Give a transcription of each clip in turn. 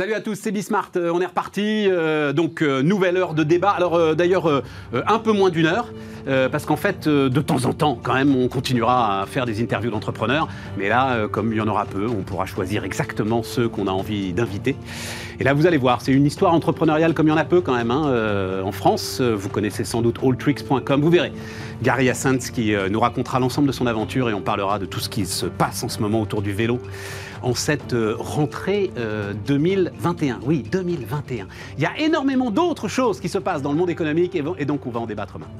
Salut à tous, c'est Bismart, on est reparti, nouvelle heure de débat, alors d'ailleurs un peu moins d'une heure, parce qu'en fait de temps en temps quand même on continuera à faire des interviews d'entrepreneurs, mais là comme il y en aura peu, on pourra choisir exactement ceux qu'on a envie d'inviter. Et là vous allez voir, c'est une histoire entrepreneuriale comme il y en a peu quand même en France, vous connaissez sans doute alltricks.com, vous verrez. Gary Hassans qui nous racontera l'ensemble de son aventure et on parlera de tout ce qui se passe en ce moment autour du vélo en cette rentrée 2021. Oui, 2021. Il y a énormément d'autres choses qui se passent dans le monde économique et donc on va en débattre maintenant.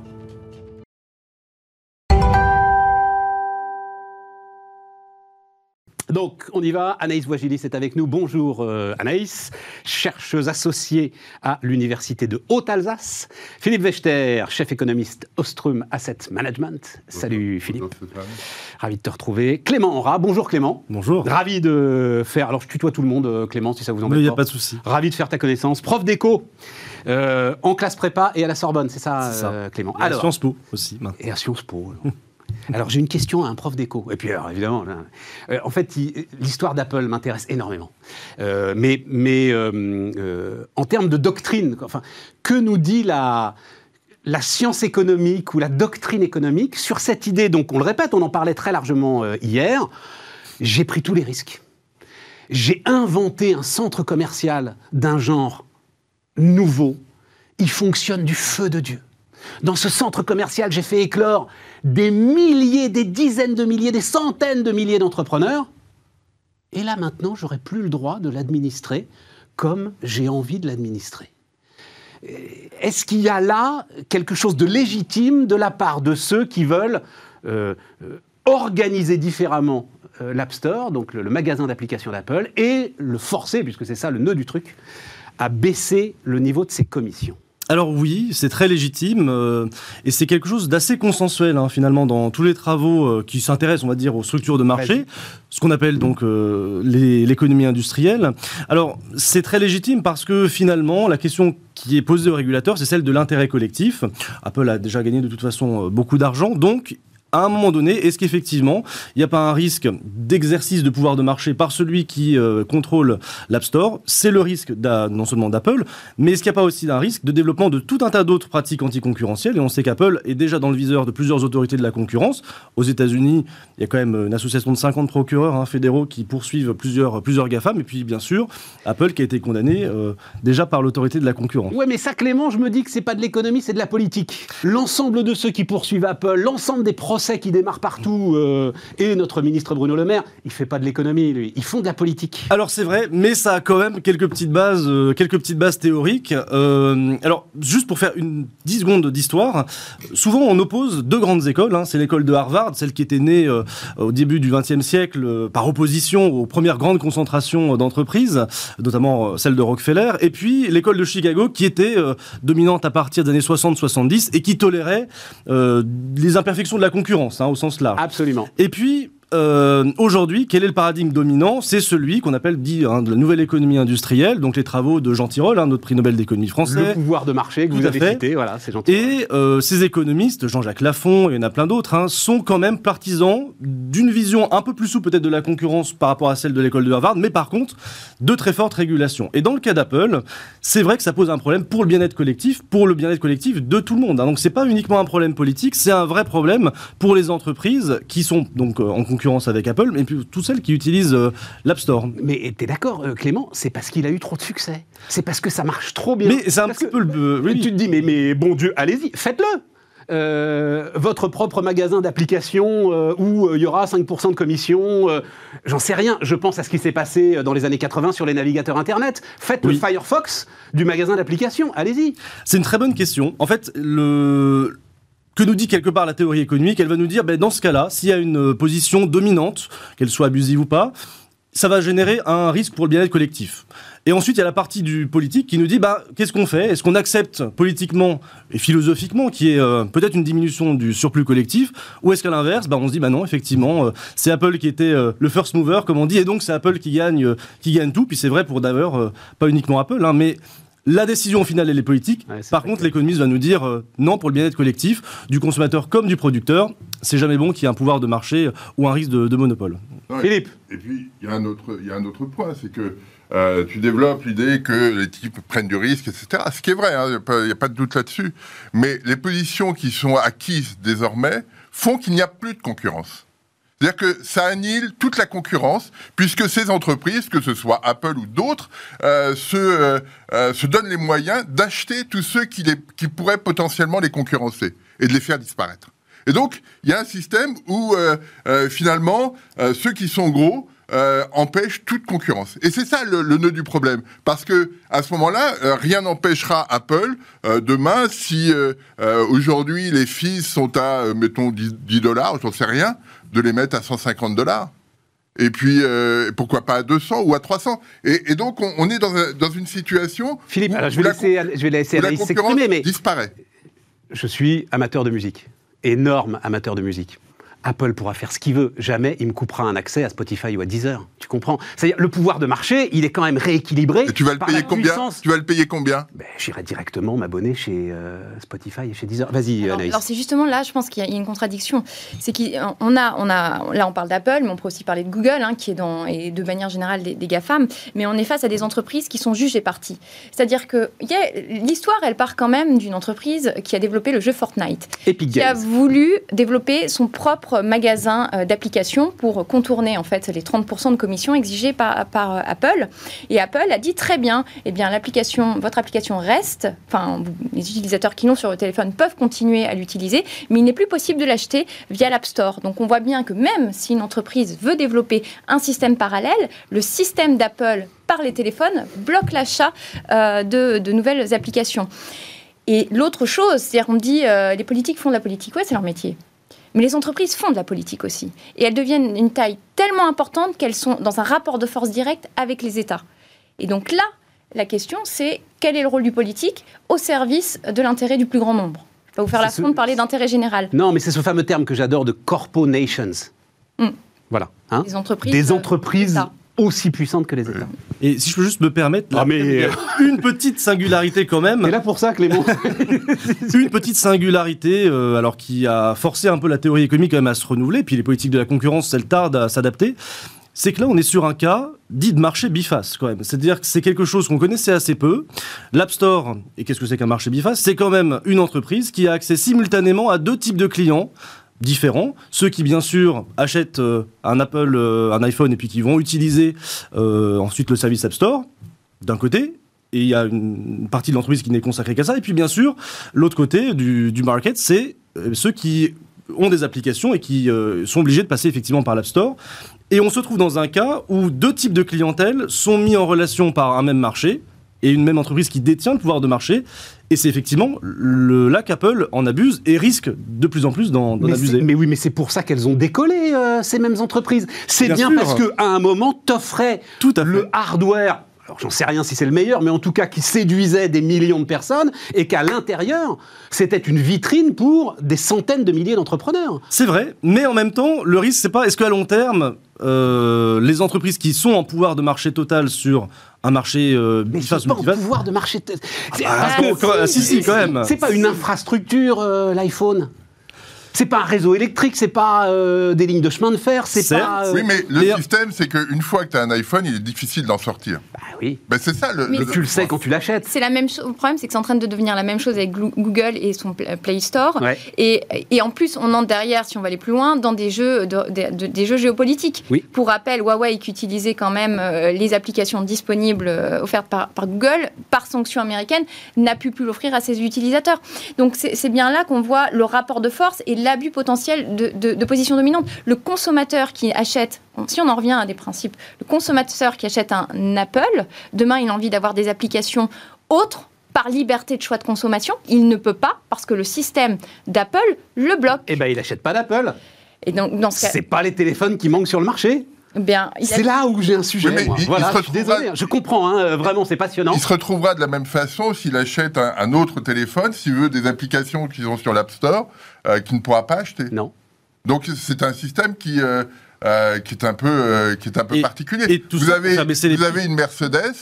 Donc, on y va. Anaïs Ouajilis est avec nous. Bonjour Anaïs, chercheuse associée à l'Université de Haute-Alsace. Philippe Wechter, chef économiste Ostrum Asset Management. Salut Philippe. Bonjour, ravi de te retrouver. Clément Henrat. Bonjour Clément. Bonjour. Ravi de faire... Alors, je tutoie tout le monde, Clément, si ça vous embête pas. Il n'y a pas de souci. Ravi de faire ta connaissance. Prof d'éco en classe prépa et à la Sorbonne, c'est ça, Clément. Et à Sciences Po aussi. Maintenant. Et à Sciences Po. Alors, j'ai une question à un prof d'éco. Et puis, alors, évidemment, en fait, l'histoire d'Apple m'intéresse énormément. Mais en termes de doctrine, enfin, que nous dit la science économique ou la doctrine économique sur cette idée? Donc, on le répète, on en parlait très largement hier. J'ai pris tous les risques. J'ai inventé un centre commercial d'un genre nouveau. Il fonctionne du feu de Dieu. Dans ce centre commercial, j'ai fait éclore des milliers, des dizaines de milliers, des centaines de milliers d'entrepreneurs. Et là, maintenant, j'aurais plus le droit de l'administrer comme j'ai envie de l'administrer. Est-ce qu'il y a là quelque chose de légitime de la part de ceux qui veulent organiser différemment l'App Store, donc le magasin d'applications d'Apple, et le forcer, puisque c'est ça le nœud du truc, à baisser le niveau de ses commissions? Alors oui, c'est très légitime et c'est quelque chose d'assez consensuel finalement dans tous les travaux qui s'intéressent, on va dire, aux structures de marché, ce qu'on appelle donc l'économie industrielle. Alors c'est très légitime parce que finalement la question qui est posée aux régulateurs, c'est celle de l'intérêt collectif. Apple a déjà gagné de toute façon beaucoup d'argent, donc à un moment donné, est-ce qu'effectivement, il n'y a pas un risque d'exercice de pouvoir de marché par celui qui contrôle l'App Store? C'est le risque non seulement d'Apple, mais est-ce qu'il n'y a pas aussi un risque de développement de tout un tas d'autres pratiques anticoncurrentielles? Et on sait qu'Apple est déjà dans le viseur de plusieurs autorités de la concurrence. Aux États-Unis, il y a quand même une association de 50 procureurs fédéraux qui poursuivent plusieurs GAFAM. Et puis, bien sûr, Apple qui a été condamné déjà par l'autorité de la concurrence. Oui, mais ça, Clément, je me dis que ce n'est pas de l'économie, c'est de la politique. L'ensemble de ceux qui poursuivent Apple, l'ensemble des procès qui démarrent partout, et notre ministre Bruno Le Maire, il ne fait pas de l'économie, lui. Ils font de la politique. Alors c'est vrai, mais ça a quand même quelques petites bases théoriques. Alors juste pour faire 10 secondes d'histoire, souvent on oppose deux grandes écoles. C'est l'école de Harvard, celle qui était née au début du XXe siècle par opposition aux premières grandes concentrations d'entreprises, notamment celle de Rockefeller, et puis l'école de Chicago qui était dominante à partir des années 60-70 et qui tolérait les imperfections de la concurrence. Au sens large. Absolument. Et puis, aujourd'hui, quel est le paradigme dominant? C'est celui qu'on appelle de la nouvelle économie industrielle, donc les travaux de Jean Tirole, notre prix Nobel d'économie français. Le pouvoir de marché que vous avez cité, voilà, c'est Jean Tirole. Et ces économistes, Jean-Jacques Lafon, et il y en a plein d'autres, sont quand même partisans d'une vision un peu plus souple peut-être de la concurrence par rapport à celle de l'école de Harvard, mais par contre, de très fortes régulations. Et dans le cas d'Apple, c'est vrai que ça pose un problème pour le bien-être collectif de tout le monde. Donc c'est pas uniquement un problème politique, c'est un vrai problème pour les entreprises qui sont donc en concurrence avec Apple, mais puis toutes celles qui utilisent l'App Store. Mais t'es d'accord, Clément, c'est parce qu'il a eu trop de succès. C'est parce que ça marche trop bien. Mais c'est un petit peu le... Oui. Tu te dis, mais bon Dieu, allez-y, faites-le. Votre propre magasin d'applications où il y aura 5% de commission, j'en sais rien. Je pense à ce qui s'est passé dans les années 80 sur les navigateurs Internet. Faites le Firefox du magasin d'applications, allez-y. C'est une très bonne question. En fait, que nous dit quelque part la théorie économique? Elle va nous dire, dans ce cas-là, s'il y a une position dominante, qu'elle soit abusive ou pas, ça va générer un risque pour le bien-être collectif. Et ensuite, il y a la partie du politique qui nous dit, qu'est-ce qu'on fait? Est-ce qu'on accepte politiquement et philosophiquement qu'il y ait peut-être une diminution du surplus collectif? Ou est-ce qu'à l'inverse, on se dit, non, effectivement, c'est Apple qui était le first mover, comme on dit, et donc c'est Apple qui gagne tout. Puis c'est vrai pour d'ailleurs, pas uniquement Apple, mais... La décision finale, elle est politique. Par contre, l'économiste va nous dire non pour le bien-être collectif, du consommateur comme du producteur. C'est jamais bon qu'il y ait un pouvoir de marché ou un risque de monopole. Philippe. Et puis, il y a un autre point, c'est que tu développes l'idée que les types prennent du risque, etc. Ce qui est vrai, il n'y a pas de doute là-dessus. Mais les positions qui sont acquises désormais font qu'il n'y a plus de concurrence. C'est-à-dire que ça annihile toute la concurrence, puisque ces entreprises, que ce soit Apple ou d'autres, se donnent les moyens d'acheter tous ceux qui pourraient potentiellement les concurrencer et de les faire disparaître. Et donc, il y a un système où, finalement, ceux qui sont gros empêchent toute concurrence. Et c'est ça le nœud du problème. Parce que à ce moment-là, rien n'empêchera Apple, demain, si aujourd'hui les fees sont à, mettons, $10, j'en sais rien, de les mettre à $150. Et puis, pourquoi pas à 200 ou à 300 et donc, on est dans une situation Philippe, où, alors je vais laisser Anaïs s'exprimer, mais disparaît. Je suis amateur de musique, énorme amateur de musique. Apple pourra faire ce qu'il veut. Jamais il me coupera un accès à Spotify ou à Deezer. Tu comprends ? C'est-à-dire, le pouvoir de marché, il est quand même rééquilibré. Et tu vas le payer combien ? Tu vas le payer combien ? J'irai directement m'abonner chez Spotify et chez Deezer. Vas-y, Anaïs. Alors c'est justement là, je pense qu'il y a une contradiction. C'est qu'on a, là on parle d'Apple, mais on peut aussi parler de Google, qui est et de manière générale des GAFAM. Mais on est face à des entreprises qui sont juges et parties. C'est-à-dire que l'histoire, elle part quand même d'une entreprise qui a développé le jeu Fortnite, Epic qui a voulu développer son propre magasin d'applications pour contourner en fait les 30% de commission exigées par Apple. Et Apple a dit très bien, votre application reste, les utilisateurs qui l'ont sur le téléphone peuvent continuer à l'utiliser, mais il n'est plus possible de l'acheter via l'App Store. Donc on voit bien que même si une entreprise veut développer un système parallèle, le système d'Apple par les téléphones bloque l'achat de nouvelles applications. Et l'autre chose, c'est-à-dire on dit les politiques font de la politique, ouais, c'est leur métier. Mais les entreprises font de la politique aussi. Et elles deviennent une taille tellement importante qu'elles sont dans un rapport de force direct avec les États. Et donc là, la question, c'est quel est le rôle du politique au service de l'intérêt du plus grand nombre ? Je ne vais pas vous faire l'affront de parler d'intérêt général. Non, mais c'est ce fameux terme que j'adore de corpo nations. Voilà. Des entreprises. Des entreprises aussi puissantes que les États. Et si je peux juste me permettre, une petite singularité quand même. C'est là pour ça, Clément. Une petite singularité, alors qui a forcé un peu la théorie économique quand même à se renouveler, puis les politiques de la concurrence, elles tardent à s'adapter. C'est que là, on est sur un cas dit de marché biface, quand même. C'est-à-dire que c'est quelque chose qu'on connaissait assez peu. L'App Store, et qu'est-ce que c'est qu'un marché biface ? C'est quand même une entreprise qui a accès simultanément à deux types de clients différents. Ceux qui, bien sûr, achètent un Apple, un iPhone, et puis qui vont utiliser ensuite le service App Store, d'un côté. Et il y a une partie de l'entreprise qui n'est consacrée qu'à ça. Et puis, bien sûr, l'autre côté du market, c'est ceux qui ont des applications et qui sont obligés de passer effectivement par l'App Store. Et on se trouve dans un cas où deux types de clientèle sont mis en relation par un même marché et une même entreprise qui détient le pouvoir de marché. Et c'est effectivement là qu'Apple en abuse et risque de plus en plus d'en abuser. Mais oui, mais c'est pour ça qu'elles ont décollé, ces mêmes entreprises. C'est bien parce qu'à un moment, t'offrais le hardware. Alors, j'en sais rien si c'est le meilleur, mais en tout cas qui séduisait des millions de personnes et qu'à l'intérieur, c'était une vitrine pour des centaines de milliers d'entrepreneurs. C'est vrai, mais en même temps, le risque, c'est pas est-ce qu'à long terme, les entreprises qui sont en pouvoir de marché total sur un marché mais c'est pas en pouvoir de marché. Si, quand même. C'est pas une infrastructure, l'iPhone. C'est pas un réseau électrique, c'est pas des lignes de chemin de fer, c'est pas... Oui, mais le système, c'est qu'une fois que tu as un iPhone, il est difficile d'en sortir. Bah oui. Ben c'est ça Mais tu le sais quand tu l'achètes. C'est la même chose. Le problème, c'est que c'est en train de devenir la même chose avec Google et son Play Store. Ouais. Et en plus, on entre derrière, si on va aller plus loin, dans des jeux, des jeux géopolitiques. Oui. Pour rappel, Huawei qui utilisait quand même les applications disponibles offertes par Google, par sanction américaine, n'a plus l'offrir à ses utilisateurs. Donc c'est bien là qu'on voit le rapport de force et l'abus potentiel de position dominante. Le consommateur qui achète, si on en revient à des principes, le consommateur qui achète un Apple, demain il a envie d'avoir des applications autres par liberté de choix de consommation, il ne peut pas parce que le système d'Apple le bloque. Eh bien, il n'achète pas d'Apple. Et donc, dans ce cas... C'est pas les téléphones qui manquent sur le marché. C'est là où j'ai un sujet. Oui, moi. Je suis désolé, je comprends, vraiment, c'est passionnant. Il se retrouvera de la même façon s'il achète un autre téléphone, s'il veut des applications qui sont sur l'App Store, qu'il ne pourra pas acheter. Non. Donc c'est un système qui est un peu particulier. Et vous avez une Mercedes,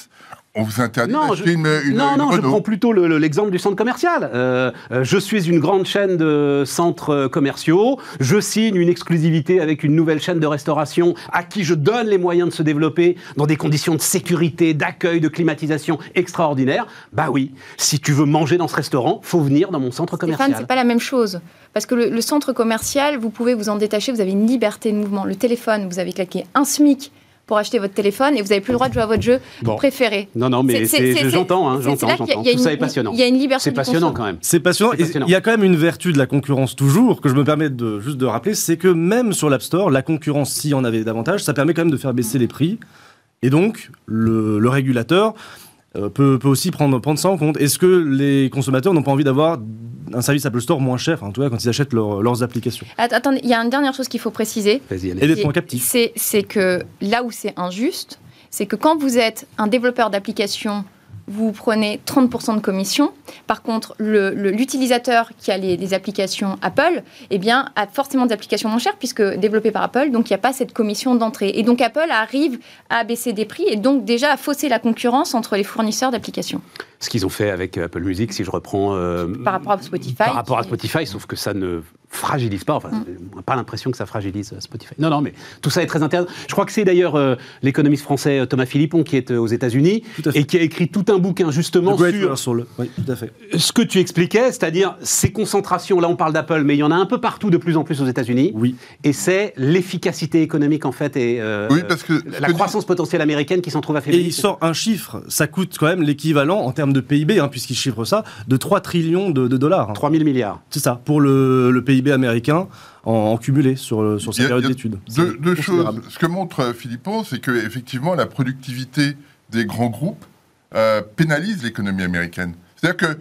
On vous interdit Non, d'acheter une je Renault. prends plutôt l'exemple du centre commercial. Je suis une grande chaîne de centres commerciaux, je signe une exclusivité avec une nouvelle chaîne de restauration à qui je donne les moyens de se développer dans des conditions de sécurité, d'accueil, de climatisation extraordinaires. Bah oui, si tu veux manger dans ce restaurant, faut venir dans mon centre commercial. Stéphane, c'est pas la même chose. Parce que le centre commercial, vous pouvez vous en détacher, vous avez une liberté de mouvement. Le téléphone, vous avez claqué un SMIC pour acheter votre téléphone et vous n'avez plus le droit de jouer à votre jeu préféré. Non, mais j'entends. Tout ça est passionnant. Il y a une liberté. C'est passionnant quand même. C'est passionnant. Il y a quand même une vertu de la concurrence toujours, que je me permets juste de rappeler, c'est que même sur l'App Store, la concurrence, s'il y en avait davantage, ça permet quand même de faire baisser les prix. Et donc, le régulateur peut aussi prendre ça en compte. Est-ce que les consommateurs n'ont pas envie d'avoir un service Apple Store moins cher, en tout cas quand ils achètent leurs applications? Attendez, il y a une dernière chose qu'il faut préciser. Et d'être moins captif. C'est que là où c'est injuste, c'est que quand vous êtes un développeur d'application, vous prenez 30% de commission. Par contre, l'utilisateur qui a les applications Apple, eh bien, a forcément des applications moins chères puisque développées par Apple, donc il n'y a pas cette commission d'entrée. Et donc Apple arrive à baisser des prix et donc déjà à fausser la concurrence entre les fournisseurs d'applications. Ce qu'ils ont fait avec Apple Music, si je reprends... par rapport à Spotify. Par rapport à Spotify, sauf que ça ne fragilise pas. Enfin, on n'a pas l'impression que ça fragilise Spotify. Non, mais tout ça est très intéressant. Je crois que c'est d'ailleurs l'économiste français Thomas Philippon qui est aux États-Unis et qui a écrit tout un bouquin justement sur oui, tout à fait. Ce que tu expliquais, c'est-à-dire ces concentrations. Là, on parle d'Apple, mais il y en a un peu partout de plus en plus aux États-Unis. Oui. Et c'est l'efficacité économique en fait et parce que la croissance potentielle américaine qui s'en trouve affaiblie. Et il sort un chiffre. Ça coûte quand même l'équivalent en termes de PIB, puisqu'il chiffre ça, de 3 trillions de dollars. 3 000 milliards. C'est ça, pour le PIB américain en cumulé sur cette période d'études. Deux choses. Ce que montre Philippon, c'est qu'effectivement, la productivité des grands groupes pénalise l'économie américaine. C'est-à-dire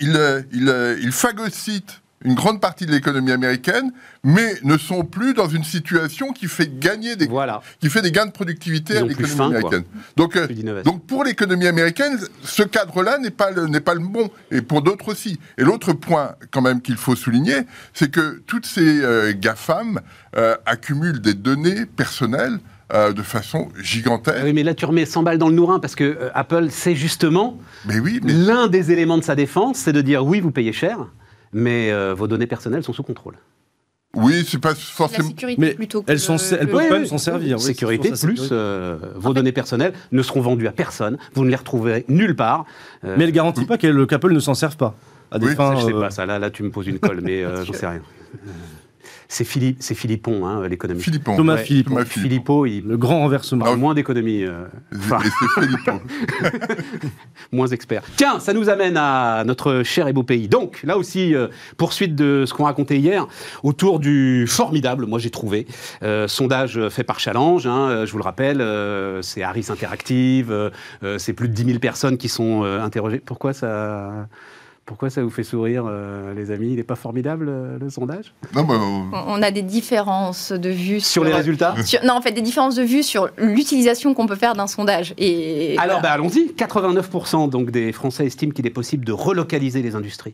qu'il phagocyte une grande partie de l'économie américaine, mais ne sont plus dans une situation qui fait gagner qui fait des gains de productivité à l'économie américaine. Donc pour l'économie américaine, ce cadre-là n'est pas le bon, et pour d'autres aussi. Et l'autre point, quand même, qu'il faut souligner, c'est que toutes ces GAFAM accumulent des données personnelles de façon gigantesque. Oui, mais là, tu remets 100 balles dans le nourrin, parce que Apple, c'est justement l'un des éléments de sa défense, c'est de dire, oui, vous payez cher, mais vos données personnelles sont sous contrôle. Oui, c'est pas forcément... La sécurité mais plutôt que elles peuvent quand même s'en servir. Sécurité plus vos données personnelles ne seront vendues à personne, vous ne les retrouverez nulle part. Mais elle ne garantit pas qu'Apple ne s'en serve pas. À des fins, ça, je sais pas, ça, là tu me poses une colle, mais j'en sais rien. C'est Philippon, l'économiste. Thomas Philippon. Philippon, le grand renversement. Parle moins d'économie. Et c'est Philippon. Moins expert. Tiens, ça nous amène à notre cher et beau pays. Donc, là aussi, poursuite de ce qu'on racontait hier, autour du formidable, moi j'ai trouvé, sondage fait par Challenge, je vous le rappelle, c'est Harris Interactive, c'est plus de 10 000 personnes qui sont interrogées. Pourquoi ça vous fait sourire, les amis? Il n'est pas formidable, le sondage? Non, On a des différences de vues sur les résultats. Non, en fait, des différences de vues sur l'utilisation qu'on peut faire d'un sondage. Et alors, allons-y. 89% donc, des Français estiment qu'il est possible de relocaliser les industries.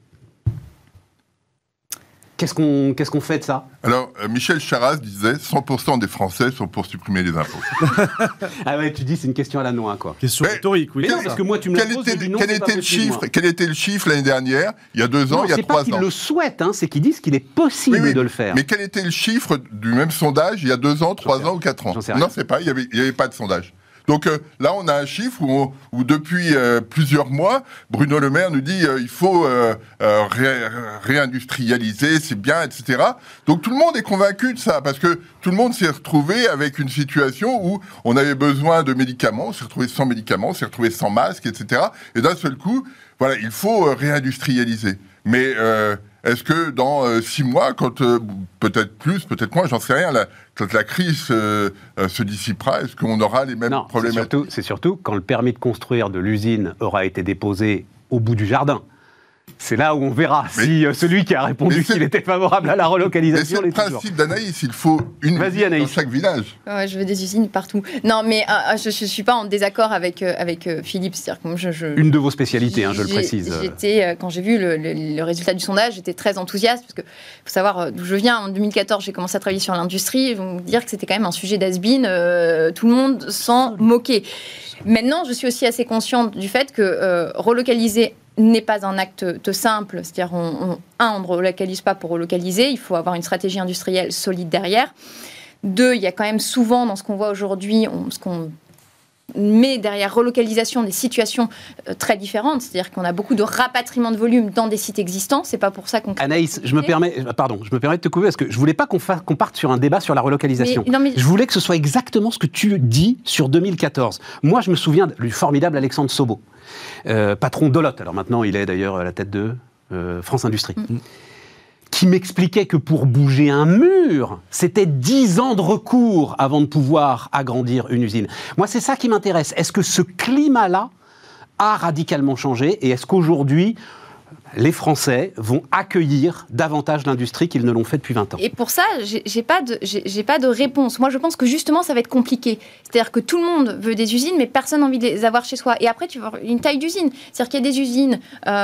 Qu'est-ce qu'on fait de ça? Alors, Michel Charasse disait 100% des Français sont pour supprimer les impôts. Ah ouais, tu dis c'est une question à la noix, quoi. Question rhétorique, oui. Mais non, parce que moi, tu me la poses, je dis non, quel était le chiffre l'année dernière, il y a 2 ans, il y a 3 ans? C'est pas qu'ils le souhaitent, c'est qu'ils disent qu'il est possible de le faire. Mais quel était le chiffre du même sondage il y a 2 ans, 3 ans ou 4 ans? Non, c'est pas, il n'y avait pas de sondage. Donc là, on a un chiffre où depuis plusieurs mois, Bruno Le Maire nous dit il faut réindustrialiser, c'est bien, etc. Donc tout le monde est convaincu de ça, parce que tout le monde s'est retrouvé avec une situation où on avait besoin de médicaments, on s'est retrouvé sans médicaments, on s'est retrouvé sans masques, etc. Et d'un seul coup, voilà, il faut réindustrialiser. Mais est-ce que dans 6 mois, quand peut-être plus, peut-être moins, j'en sais rien, quand la crise se dissipera, est-ce qu'on aura les mêmes problématiques? C'est surtout quand le permis de construire de l'usine aura été déposé au bout du jardin. C'est là où on verra si celui qui a répondu qu'il était favorable à la relocalisation l'est toujours. C'est le principe d'Anaïs, il faut une usine dans chaque village. Ouais, je veux des usines partout. Non, mais je ne suis pas en désaccord avec Philippe. C'est-à-dire que une de vos spécialités, je le précise. Quand j'ai vu le résultat du sondage, j'étais très enthousiaste, parce qu'il faut savoir d'où je viens. En 2014, j'ai commencé à travailler sur l'industrie. Ils vont me dire que c'était quand même un sujet d'has-been. Tout le monde s'en moquait. Maintenant, je suis aussi assez consciente du fait que relocaliser n'est pas un acte simple. C'est-à-dire, on ne relocalise pas pour relocaliser. Il faut avoir une stratégie industrielle solide derrière. 2, il y a quand même souvent, dans ce qu'on voit aujourd'hui, ce qu'on met derrière relocalisation des situations très différentes. C'est-à-dire qu'on a beaucoup de rapatriement de volume dans des sites existants. C'est pas pour ça qu'on... Anaïs, je me permets de te couper parce que je voulais pas qu'on parte sur un débat sur la relocalisation. Je voulais que ce soit exactement ce que tu dis sur 2014. Moi, je me souviens du formidable Alexandre Sobo, patron d'Olot. Alors maintenant, il est d'ailleurs à la tête de France Industrie. Qui m'expliquait que pour bouger un mur, c'était 10 ans de recours avant de pouvoir agrandir une usine. Moi, c'est ça qui m'intéresse. Est-ce que ce climat-là a radicalement changé et est-ce qu'aujourd'hui, les Français vont accueillir davantage l'industrie qu'ils ne l'ont fait depuis 20 ans? Et pour ça, j'ai pas de réponse. Moi, je pense que justement, ça va être compliqué. C'est-à-dire que tout le monde veut des usines, mais personne n'a envie de les avoir chez soi. Et après, tu vas avoir une taille d'usine. C'est-à-dire qu'il y a des usines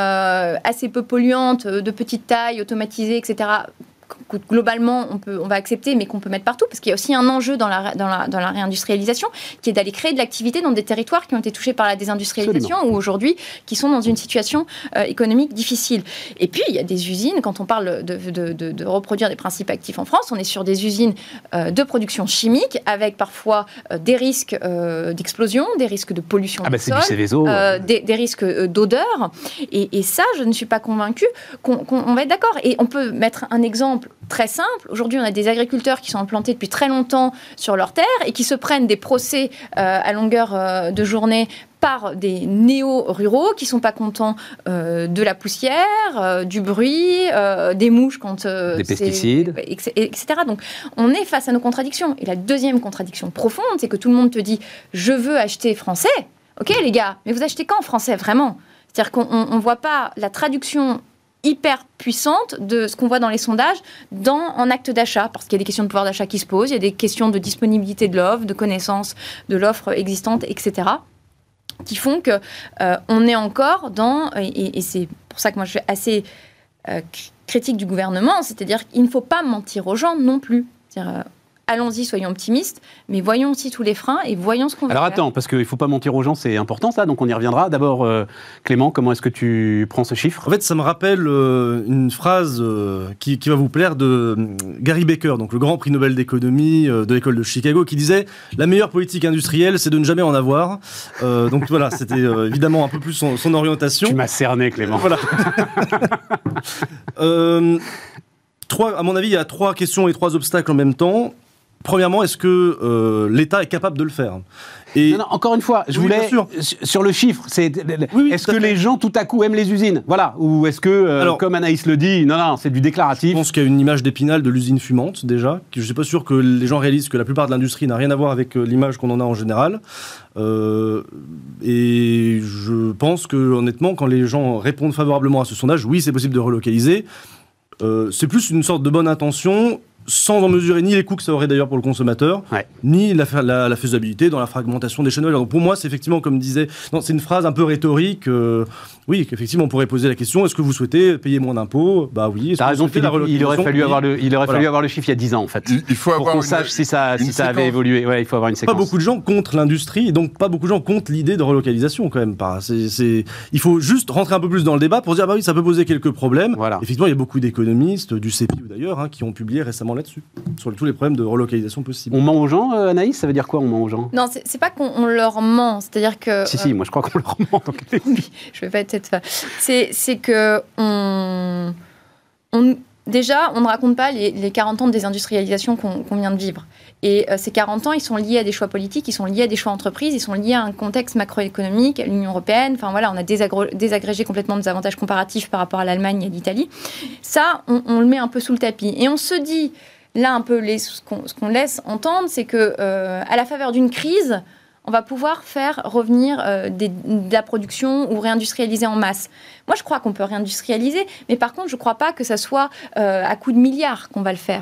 assez peu polluantes, de petite taille, automatisées, etc., que globalement on va accepter, mais qu'on peut mettre partout, parce qu'il y a aussi un enjeu dans la réindustrialisation, qui est d'aller créer de l'activité dans des territoires qui ont été touchés par la désindustrialisation. Absolument. Ou aujourd'hui qui sont dans une situation économique difficile. Et puis il y a des usines, quand on parle de reproduire des principes actifs en France, on est sur des usines de production chimique avec parfois des risques d'explosion, des risques de pollution du sol, des risques d'odeur. Et ça, je ne suis pas convaincue qu'on va être d'accord. Et on peut mettre un exemple très simple. Aujourd'hui, on a des agriculteurs qui sont implantés depuis très longtemps sur leurs terres et qui se prennent des procès à longueur de journée par des néo-ruraux qui ne sont pas contents de la poussière, du bruit, des mouches quand... des pesticides. Etc. Donc, on est face à nos contradictions. Et la deuxième contradiction profonde, c'est que tout le monde te dit « je veux acheter français ». Ok, les gars, mais vous achetez quand français, vraiment? C'est-à-dire qu'on ne voit pas la traduction hyper puissante de ce qu'on voit dans les sondages en acte d'achat, parce qu'il y a des questions de pouvoir d'achat qui se posent, il y a des questions de disponibilité de l'offre, de connaissance de l'offre existante, etc., qui font que on est encore dans, et c'est pour ça que moi je suis assez critique du gouvernement, c'est-à-dire qu'il ne faut pas mentir aux gens non plus. C'est-à-dire, allons-y, soyons optimistes, mais voyons aussi tous les freins et voyons ce qu'on va faire. Alors attends, parce qu'il ne faut pas mentir aux gens, c'est important ça, donc on y reviendra. D'abord, Clément, comment est-ce que tu prends ce chiffre? En fait, ça me rappelle une phrase qui va vous plaire de Gary Becker, donc le grand prix Nobel d'économie de l'école de Chicago, qui disait « La meilleure politique industrielle, c'est de ne jamais en avoir ». Donc voilà, c'était évidemment un peu plus son orientation. Tu m'as cerné, Clément. Voilà. À mon avis, il y a 3 questions et 3 obstacles en même temps. Premièrement, est-ce que l'État est capable de le faire? Non, encore une fois, je voulais, sur le chiffre, est-ce que les gens tout à coup aiment les usines? Voilà. Ou est-ce que, comme Anaïs le dit, non, c'est du déclaratif? Je pense qu'il y a une image d'Épinal de l'usine fumante, déjà. Je ne suis pas sûr que les gens réalisent que la plupart de l'industrie n'a rien à voir avec l'image qu'on en a en général. Et je pense que, honnêtement, quand les gens répondent favorablement à ce sondage, oui, c'est possible de relocaliser. C'est plus une sorte de bonne intention, sans en mesurer ni les coûts que ça aurait d'ailleurs pour le consommateur, ni la faisabilité dans la fragmentation des chaînes de valeur. Donc pour moi, c'est effectivement, comme disait... Non, c'est une phrase un peu rhétorique. Oui, qu'effectivement, on pourrait poser la question, est-ce que vous souhaitez payer moins d'impôts? Bah oui. T'as raison, Philippe, il aurait fallu avoir le chiffre il y a 10 ans, en fait. Il faut pour qu'on sache si ça avait évolué. Ouais, il faut avoir une séquence. Pas beaucoup de gens contre l'industrie, et donc pas beaucoup de gens contre l'idée de relocalisation, quand même. Il faut juste rentrer un peu plus dans le débat pour dire, bah oui, ça peut poser quelques problèmes. Voilà. Effectivement, il y a beaucoup d'économistes, du CEPI d'ailleurs, qui ont publié récemment là-dessus, sur tous les problèmes de relocalisation possibles. On ment aux gens, Anaïs? Ça veut dire quoi, on ment aux gens? Non, c'est pas qu'on leur ment, c'est-à-dire que... Si, moi je crois qu'on leur ment. Donc... Oui, je vais pas être cette... C'est que déjà, on ne raconte pas les 40 ans de désindustrialisation qu'on vient de vivre. Et ces 40 ans, ils sont liés à des choix politiques, ils sont liés à des choix entreprises, ils sont liés à un contexte macroéconomique, à l'Union européenne. Enfin voilà, on a désagrégé complètement nos avantages comparatifs par rapport à l'Allemagne et à l'Italie. Ça, on le met un peu sous le tapis. Et on se dit, là un peu, ce qu'on laisse entendre, c'est que à la faveur d'une crise, on va pouvoir faire revenir de la production ou réindustrialiser en masse. Moi, je crois qu'on peut réindustrialiser, mais par contre, je ne crois pas que ça soit à coup de milliards qu'on va le faire.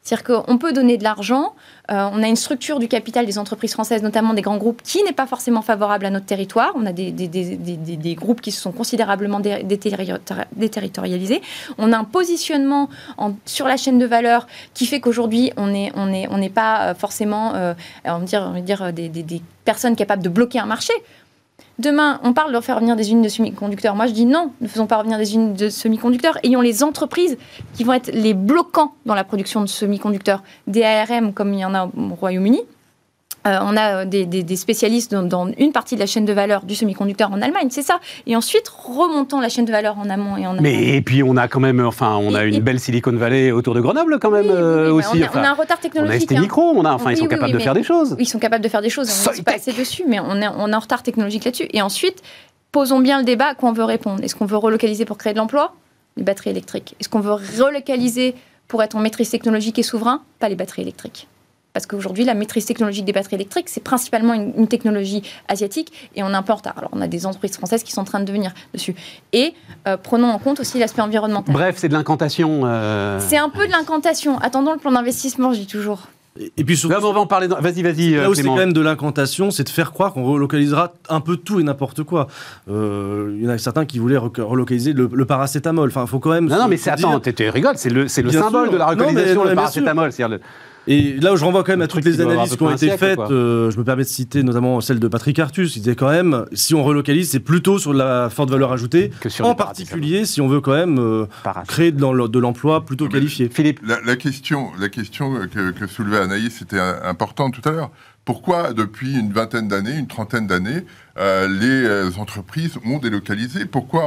C'est-à-dire qu'on peut donner de l'argent, on a une structure du capital des entreprises françaises, notamment des grands groupes, qui n'est pas forcément favorable à notre territoire. On a des groupes qui se sont considérablement déterritorialisés. On a un positionnement sur la chaîne de valeur qui fait qu'aujourd'hui, on n'est pas forcément on va dire des personnes capables de bloquer un marché. Demain, on parle de faire revenir des usines de semi-conducteurs. Moi, je dis non, ne faisons pas revenir des usines de semi-conducteurs. Ayons les entreprises qui vont être les bloquants dans la production de semi-conducteurs. Des ARM, comme il y en a au Royaume-Uni. On a des spécialistes dans une partie de la chaîne de valeur du semi-conducteur en Allemagne, c'est ça. Et ensuite, remontons la chaîne de valeur en amont et en amont. Mais et puis on a quand même, une belle Silicon Valley autour de Grenoble quand même aussi. On a un retard technologique. On a STMicro, ils sont capables de faire des choses. Oui, ils sont capables de faire des choses. On n'est pas assez dessus, mais on est en retard technologique là-dessus. Et ensuite, posons bien le débat à quoi on veut répondre. Est-ce qu'on veut relocaliser pour créer de l'emploi? Les batteries électriques. Est-ce qu'on veut relocaliser pour être en maîtrise technologique et souverain? Pas les batteries électriques. Parce qu'aujourd'hui, la maîtrise technologique des batteries électriques, c'est principalement une technologie asiatique et on est un peu en retard. Alors, on a des entreprises françaises qui sont en train de venir dessus. Et prenons en compte aussi l'aspect environnemental. Bref, c'est de l'incantation. C'est un peu de l'incantation. Attendons le plan d'investissement, je dis toujours. Et puis surtout, là, on va en parler. Vas-y, là où c'est Clément. quand même de l'incantation, c'est de faire croire qu'on relocalisera un peu tout et n'importe quoi. Il y en a certains qui voulaient relocaliser le paracétamol. Enfin, faut quand même. Non, mais attends, tu rigoles. C'est le symbole de la relocalisation, le paracétamol. Et là où je renvoie quand même à toutes les analyses qui ont été faites, je me permets de citer notamment celle de Patrick Artus, il disait quand même, si on relocalise, c'est plutôt sur la forte valeur ajoutée, en particulier si on veut quand même créer de l'emploi plutôt qualifié. Philippe, la question que soulevait Anaïs était importante tout à l'heure. Pourquoi, depuis une vingtaine d'années, une trentaine d'années, les entreprises ont délocalisé? Pourquoi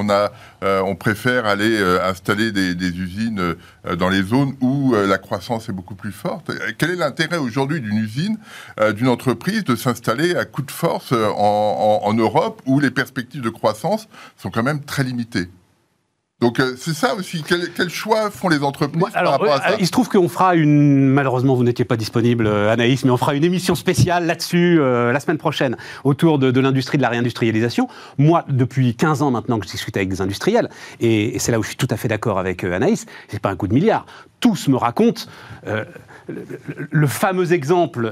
on préfère aller installer des usines dans les zones où la croissance est beaucoup plus forte? Quel est l'intérêt aujourd'hui d'une usine, d'une entreprise, de s'installer à coup de force en Europe, où les perspectives de croissance sont quand même très limitées? Donc c'est ça aussi, quel choix font les entreprises par rapport à ça? Il se trouve qu'on fera malheureusement vous n'étiez pas disponible Anaïs, mais on fera une émission spéciale là-dessus la semaine prochaine, autour de l'industrie, de la réindustrialisation. Moi, depuis 15 ans maintenant que je discute avec des industriels, et c'est là où je suis tout à fait d'accord avec Anaïs, c'est pas un coup de milliard. Tous me racontent le fameux exemple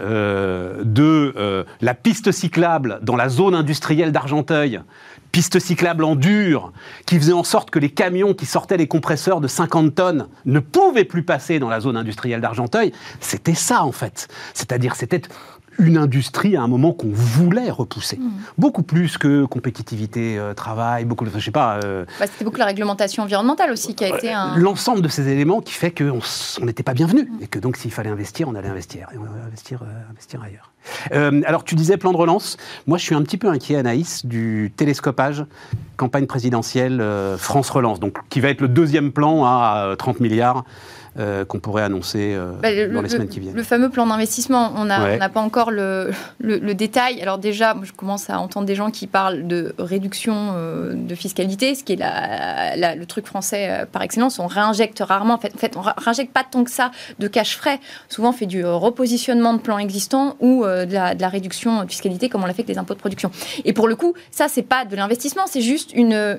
de la piste cyclable dans la zone industrielle d'Argenteuil, piste cyclable en dur, qui faisait en sorte que les camions qui sortaient les compresseurs de 50 tonnes ne pouvaient plus passer dans la zone industrielle d'Argenteuil. C'était ça, en fait. C'est-à-dire, c'était une industrie, à un moment, qu'on voulait repousser. Beaucoup plus que compétitivité, travail, beaucoup de... Je sais pas... c'était beaucoup la réglementation environnementale aussi qui a été un... L'ensemble de ces éléments qui fait qu'on n'était pas bienvenu. Et que donc, s'il fallait investir, on allait investir. Et on allait investir ailleurs. Alors, tu disais plan de relance. Moi, je suis un petit peu inquiet, Anaïs, du télescopage campagne présidentielle France Relance, donc, qui va être le deuxième plan à 30 milliards qu'on pourrait annoncer dans les semaines qui viennent. Le fameux plan d'investissement, on n'a pas encore le détail. Alors déjà, je commence à entendre des gens qui parlent de réduction de fiscalité, ce qui est le truc français par excellence. On réinjecte rarement. En fait, on réinjecte pas tant que ça de cash frais. Souvent, on fait du repositionnement de plans existants ou de la réduction de fiscalité, comme on l'a fait avec les impôts de production. Et pour le coup, ça, c'est pas de l'investissement, c'est juste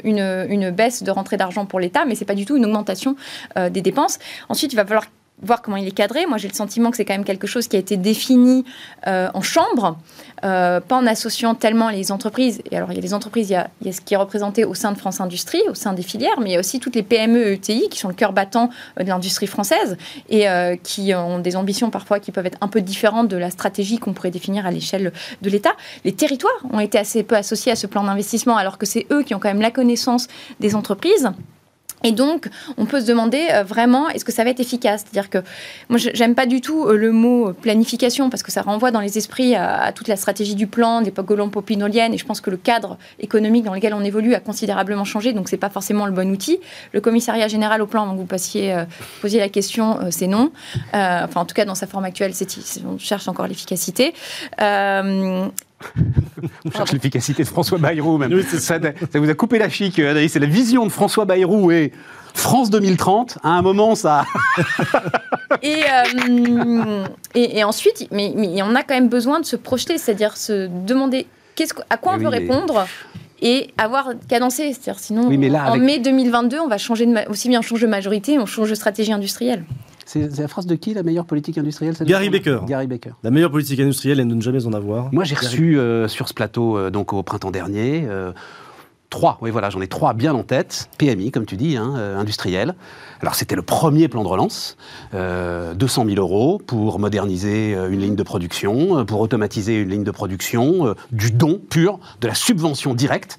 une baisse de rentrée d'argent pour l'État, mais c'est pas du tout une augmentation des dépenses. Ensuite, il va falloir voir comment il est cadré. Moi, j'ai le sentiment que c'est quand même quelque chose qui a été défini en chambre, pas en associant tellement les entreprises. Et alors, il y a les entreprises, il y a ce qui est représenté au sein de France Industrie, au sein des filières, mais il y a aussi toutes les PME et ETI qui sont le cœur battant de l'industrie française et qui ont des ambitions parfois qui peuvent être un peu différentes de la stratégie qu'on pourrait définir à l'échelle de l'État. Les territoires ont été assez peu associés à ce plan d'investissement, alors que c'est eux qui ont quand même la connaissance des entreprises. Et donc, on peut se demander vraiment, est-ce que ça va être efficace? C'est-à-dire que moi, j'aime pas du tout le mot planification, parce que ça renvoie dans les esprits à toute la stratégie du plan, de l'époque Gaulle-Popinolienne, et je pense que le cadre économique dans lequel on évolue a considérablement changé, donc c'est pas forcément le bon outil. Le commissariat général au plan, avant que vous posiez la question, c'est non. Enfin, en tout cas, dans sa forme actuelle, on cherche encore l'efficacité. On cherche l'efficacité de François Bayrou, même. Oui, ça vous a coupé la chic, Anaïs. C'est la vision de François Bayrou et France 2030. À un moment, ça... et ensuite, mais on a quand même besoin de se projeter, c'est-à-dire se demander à quoi on veut répondre et avoir cadencé. C'est-à-dire, sinon, en mai 2022, on va aussi bien changer de majorité, on change de stratégie industrielle. C'est la phrase de qui, la meilleure politique industrielle? Gary Becker. Gary Becker. La meilleure politique industrielle est de ne jamais en avoir. Moi, j'ai reçu sur ce plateau, donc au printemps dernier, j'en ai 3 bien en tête. PMI, comme tu dis, industriel. Alors, c'était le premier plan de relance. 200 000 € pour moderniser une ligne de production, pour automatiser une ligne de production, du don pur, de la subvention directe.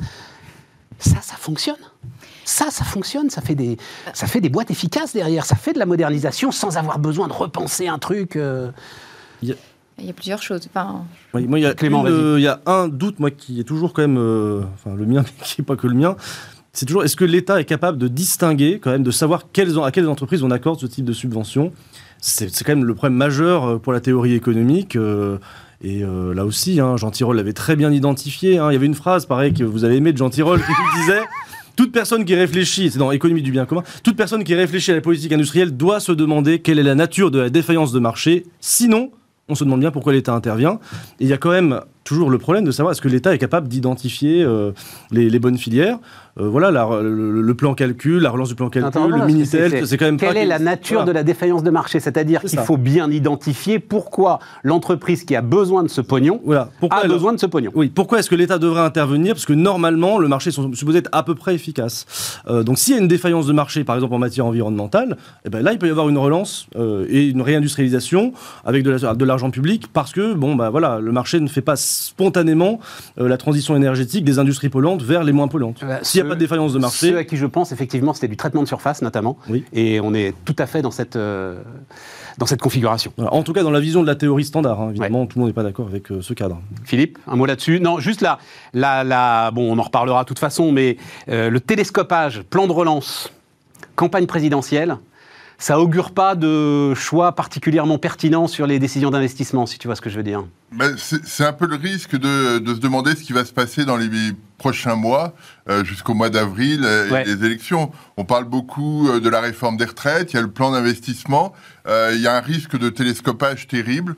Ça fonctionne. Ça fonctionne, ça fait des boîtes efficaces derrière, ça fait de la modernisation sans avoir besoin de repenser un truc. Il y a plusieurs choses. Oui, moi, il y a un doute, moi, qui est toujours quand même, le mien, mais qui n'est pas que le mien. C'est toujours, est-ce que l'État est capable de distinguer, quand même, de savoir à quelles entreprises on accorde ce type de subvention? C'est quand même le problème majeur pour la théorie économique. Et là aussi, Jean Tirole l'avait très bien identifié. Il y avait une phrase, pareil, que vous avez aimée de Jean Tirole, qui disait... Toute personne qui réfléchit, c'est dans Économie du bien commun, toute personne qui réfléchit à la politique industrielle doit se demander quelle est la nature de la défaillance de marché. Sinon, on se demande bien pourquoi l'État intervient. Et il y a quand même toujours le problème de savoir est-ce que l'État est capable d'identifier les bonnes filières. Voilà, le plan calcul, la relance du plan calcul, le Minitel, c'est quand même quelle est la nature de la défaillance de marché? C'est-à-dire qu'il faut bien identifier pourquoi l'entreprise qui a besoin de ce pognon a besoin de ce pognon. Oui, pourquoi est-ce que l'État devrait intervenir? Parce que normalement, le marché est supposé être à peu près efficace. Donc s'il y a une défaillance de marché, par exemple en matière environnementale, là, il peut y avoir une relance et une réindustrialisation avec de l'argent public parce que, le marché ne fait pas spontanément la transition énergétique des industries polluantes vers les moins polluantes. S'il n'y a pas de défaillance de marché... Ceux à qui je pense, effectivement, c'était du traitement de surface, notamment. Oui. Et on est tout à fait dans cette configuration. Voilà. En tout cas, dans la vision de la théorie standard, évidemment, tout le monde n'est pas d'accord avec ce cadre. Philippe, un mot là-dessus? Non, juste là, on en reparlera de toute façon, mais le télescopage, plan de relance, campagne présidentielle, ça augure pas de choix particulièrement pertinents sur les décisions d'investissement, si tu vois ce que je veux dire. C'est un peu le risque de se demander ce qui va se passer dans les prochains mois, jusqu'au mois d'avril et les élections. On parle beaucoup de la réforme des retraites, il y a le plan d'investissement, il y a un risque de télescopage terrible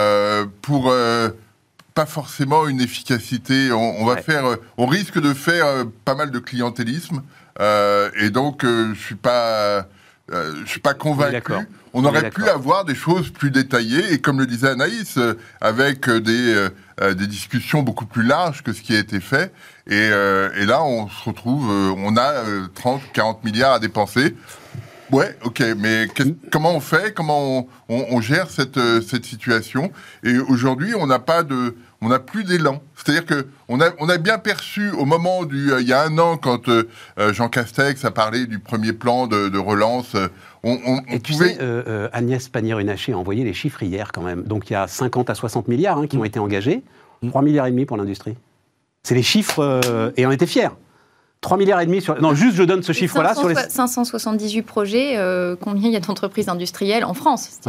pour pas forcément une efficacité. On risque de faire pas mal de clientélisme, et donc je suis pas convaincu. On aurait pu avoir des choses plus détaillées et, comme le disait Anaïs, avec des discussions beaucoup plus larges que ce qui a été fait. Et là, on se retrouve, on a 30, 40 milliards à dépenser. Ouais, ok, mais comment on fait? Comment on gère cette situation? Et aujourd'hui, on n'a plus d'élan. C'est-à-dire qu'on a bien perçu au moment il y a un an, quand Jean Castex a parlé du premier plan de relance, tu sais, Agnès Pannier-Runacher a envoyé les chiffres hier quand même. Donc il y a 50 à 60 milliards qui ont été engagés, 3,5 milliards pour l'industrie. C'est les chiffres, et on était fiers. 3,5 milliards sur... Non, juste je donne ce chiffre-là sur les... 578 projets, combien il y a d'entreprises industrielles en France?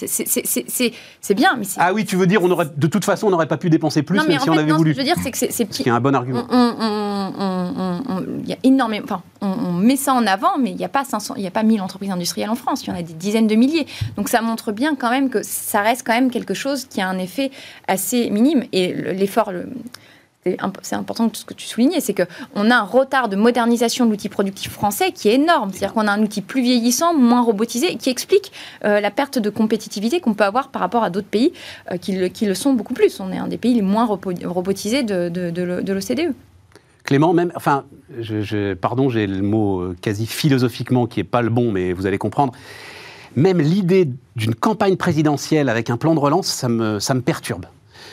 C'est bien, mais c'est... Ah oui, tu veux dire, de toute façon, on n'aurait pas pu dépenser plus, même si on avait voulu. Ce que je veux dire, c'est que c'est petit. Ce qui est un bon argument. Il y a énormément... Enfin, on met ça en avant, mais il n'y a pas 1000 entreprises industrielles en France. Il y en a des dizaines de milliers. Donc ça montre bien quand même que ça reste quand même quelque chose qui a un effet assez minime. Et l'effort... C'est important ce que tu soulignais, c'est qu'on a un retard de modernisation de l'outil productif français qui est énorme. C'est-à-dire qu'on a un outil plus vieillissant, moins robotisé, qui explique la perte de compétitivité qu'on peut avoir par rapport à d'autres pays qui le sont beaucoup plus. On est un des pays les moins robotisés de l'OCDE. Clément, même, enfin, pardon, j'ai le mot quasi philosophiquement qui n'est pas le bon, mais vous allez comprendre. Même l'idée d'une campagne présidentielle avec un plan de relance, ça me perturbe.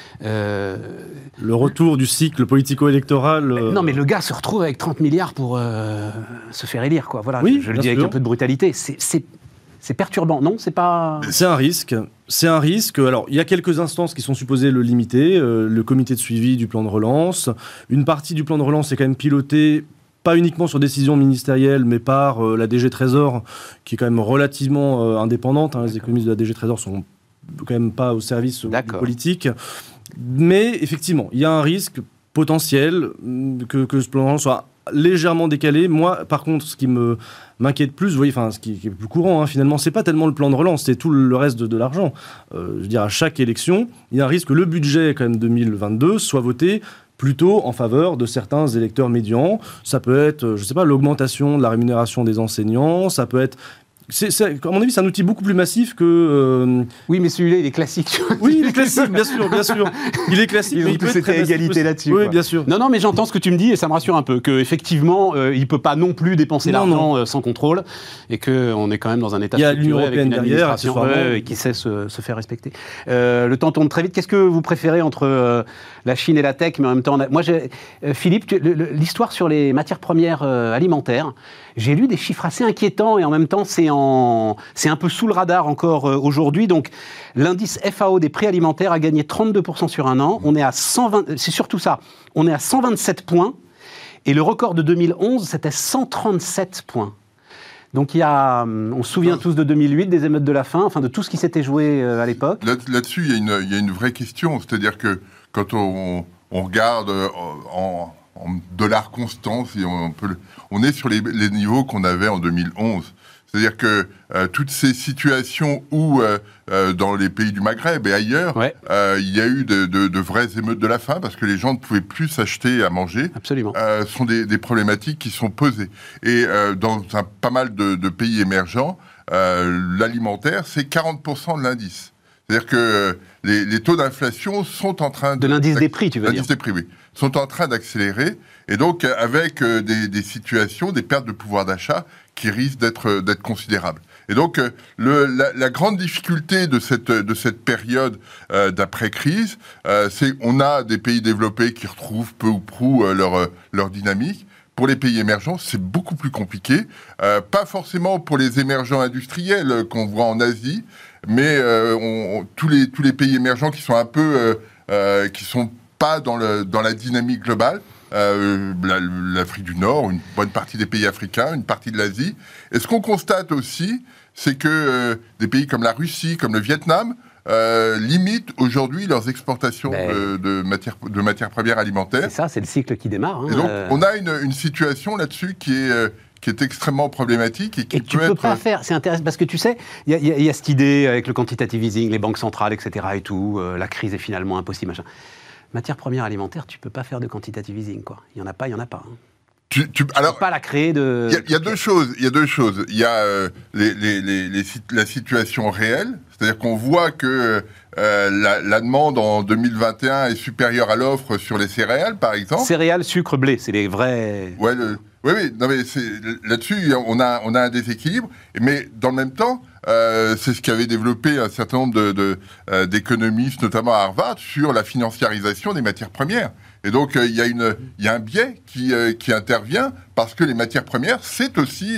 Le retour du cycle politico-électoral... Non, mais le gars se retrouve avec 30 milliards pour se faire élire, quoi. Voilà, oui, je le dis avec un peu de brutalité. C'est perturbant, non? C'est pas... C'est un risque. Alors, il y a quelques instances qui sont supposées le limiter. Le comité de suivi du plan de relance. Une partie du plan de relance est quand même pilotée, pas uniquement sur décision ministérielle, mais par la DG Trésor, qui est quand même relativement indépendante. Les économistes de la DG Trésor sont quand même pas au service du politique. Mais effectivement, il y a un risque potentiel que ce plan de relance soit légèrement décalé. Moi, par contre, ce qui m'inquiète plus, vous voyez, ce qui est plus courant, finalement, c'est pas tellement le plan de relance, c'est tout le reste de l'argent. Je veux dire, à chaque élection, il y a un risque que le budget, quand même, 2022, soit voté plutôt en faveur de certains électeurs médians. Ça peut être, je sais pas, l'augmentation de la rémunération des enseignants, ça peut être à mon avis, c'est un outil beaucoup plus massif que... Oui, mais celui-là, il est classique. Oui, il est classique, bien sûr. Il est classique. Ils ont tous été à égalité là-dessus. Oui, bien sûr. Non, mais j'entends ce que tu me dis et ça me rassure un peu, qu'effectivement, il ne peut pas non plus dépenser l'argent sans contrôle et qu'on est quand même dans un état structuré avec une administration qui sait se faire respecter. Le temps tourne très vite. Qu'est-ce que vous préférez entre la Chine et la tech, mais en même temps... Moi, Philippe, l'histoire sur les matières premières alimentaires, j'ai lu des chiffres assez inquiétants et en même temps, c'est un peu sous le radar encore aujourd'hui. Donc, l'indice FAO des prix alimentaires a gagné 32% sur un an. On est à 120... C'est surtout ça. On est à 127 points. Et le record de 2011, c'était 137 points. Donc on se souvient tous de 2008, des émeutes de la faim, enfin de tout ce qui s'était joué à l'époque. Là-dessus, il y a une vraie question. C'est-à-dire que quand on regarde en dollars constants, si on est sur les niveaux qu'on avait en 2011. C'est-à-dire que toutes ces situations où, dans les pays du Maghreb et ailleurs, il y a eu de vraies émeutes de la faim parce que les gens ne pouvaient plus s'acheter à manger. Absolument. Sont des problématiques qui sont posées. Et dans pas mal de pays émergents, l'alimentaire, c'est 40% de l'indice. C'est-à-dire que les taux d'inflation sont en train de l'indice des prix, tu veux dire. L'indice des prix, oui. Sont en train d'accélérer. Et donc, avec des situations, des pertes de pouvoir d'achat qui risquent d'être considérables. Et donc, la grande difficulté de cette période d'après-crise, c'est qu'on a des pays développés qui retrouvent peu ou prou leur dynamique. Pour les pays émergents, c'est beaucoup plus compliqué. Pas forcément pour les émergents industriels qu'on voit en Asie, mais tous les pays émergents qui sont un peu... qui sont pas dans la dynamique globale. L'Afrique du Nord, une bonne partie des pays africains, une partie de l'Asie. Et ce qu'on constate aussi, c'est que des pays comme la Russie, comme le Vietnam, limitent aujourd'hui leurs exportations de matières premières alimentaires. C'est ça, c'est le cycle qui démarre. Et donc, on a une situation là-dessus qui est extrêmement problématique et qui tu peux pas faire. C'est intéressant parce que tu sais, il y a cette idée avec le quantitative easing, les banques centrales, etc. et tout. La crise est finalement impossible, machin. Matière première alimentaire, tu peux pas faire de quantitative easing, quoi. Il y en a pas. Hein. Tu peux pas la créer de... Il y a deux choses. Il y a la situation réelle, c'est-à-dire qu'on voit que la demande en 2021 est supérieure à l'offre sur les céréales, par exemple. Céréales, sucre, blé, c'est les vrais... Oui. Non, mais là-dessus, on a un déséquilibre. Mais dans le même temps, c'est ce qu'avait développé un certain nombre d'économistes, notamment à Harvard, sur la financiarisation des matières premières. Et donc, il y a un biais qui intervient parce que les matières premières, c'est aussi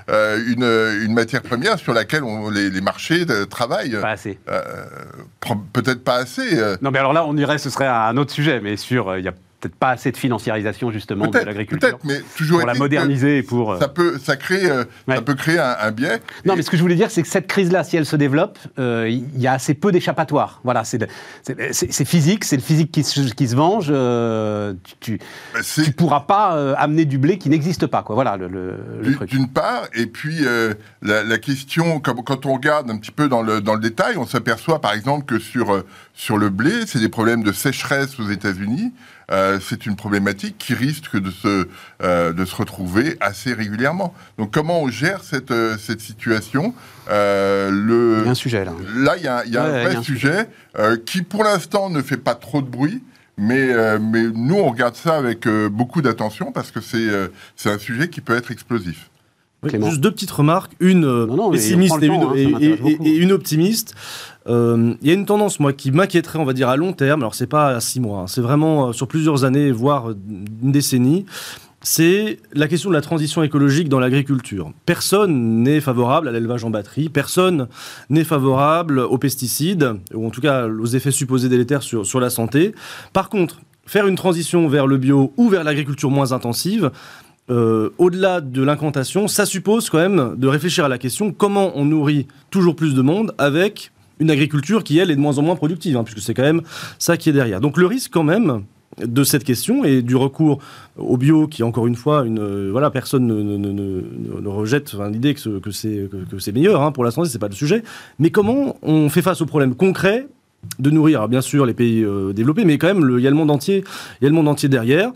une matière première sur laquelle les marchés travaillent. Pas assez. Peut-être pas assez. Non, mais alors là, ce serait un autre sujet, mais il y a peut-être pas assez de financiarisation justement de l'agriculture. Peut-être, mais toujours pour la moderniser et pour... Ça peut créer un biais. Non, mais ce que je voulais dire, c'est que cette crise-là, si elle se développe, il y a assez peu d'échappatoires. Voilà, c'est physique, c'est le physique qui se venge. Tu pourras pas amener du blé qui n'existe pas, quoi. Voilà le truc. D'une part, et puis la question, quand on regarde un petit peu dans le détail, on s'aperçoit par exemple que sur le blé, c'est des problèmes de sécheresse aux États-Unis. C'est une problématique qui risque de se retrouver assez régulièrement. Donc, comment on gère cette situation Il y a un sujet, là. Là, il y a un vrai sujet qui, pour l'instant, ne fait pas trop de bruit. Mais nous, on regarde ça avec beaucoup d'attention parce que c'est un sujet qui peut être explosif. Oui, juste deux petites remarques, une pessimiste et une optimiste. Il y a une tendance, moi, qui m'inquiéterait, on va dire, à long terme. Alors, c'est pas à 6 mois, c'est vraiment sur plusieurs années, voire une décennie. C'est la question de la transition écologique dans l'agriculture. Personne n'est favorable à l'élevage en batterie, personne n'est favorable aux pesticides, ou en tout cas aux effets supposés délétères sur la santé. Par contre, faire une transition vers le bio ou vers l'agriculture moins intensive, au-delà de l'incantation, ça suppose quand même de réfléchir à la question comment on nourrit toujours plus de monde avec une agriculture qui, elle, est de moins en moins productive, puisque c'est quand même ça qui est derrière. Donc le risque quand même de cette question et du recours au bio, qui encore une fois, personne ne rejette l'idée que c'est meilleur pour la santé, c'est pas le sujet. Mais comment on fait face au problème concret de nourrir, alors bien sûr, les pays développés, mais quand même, il y a le monde entier derrière.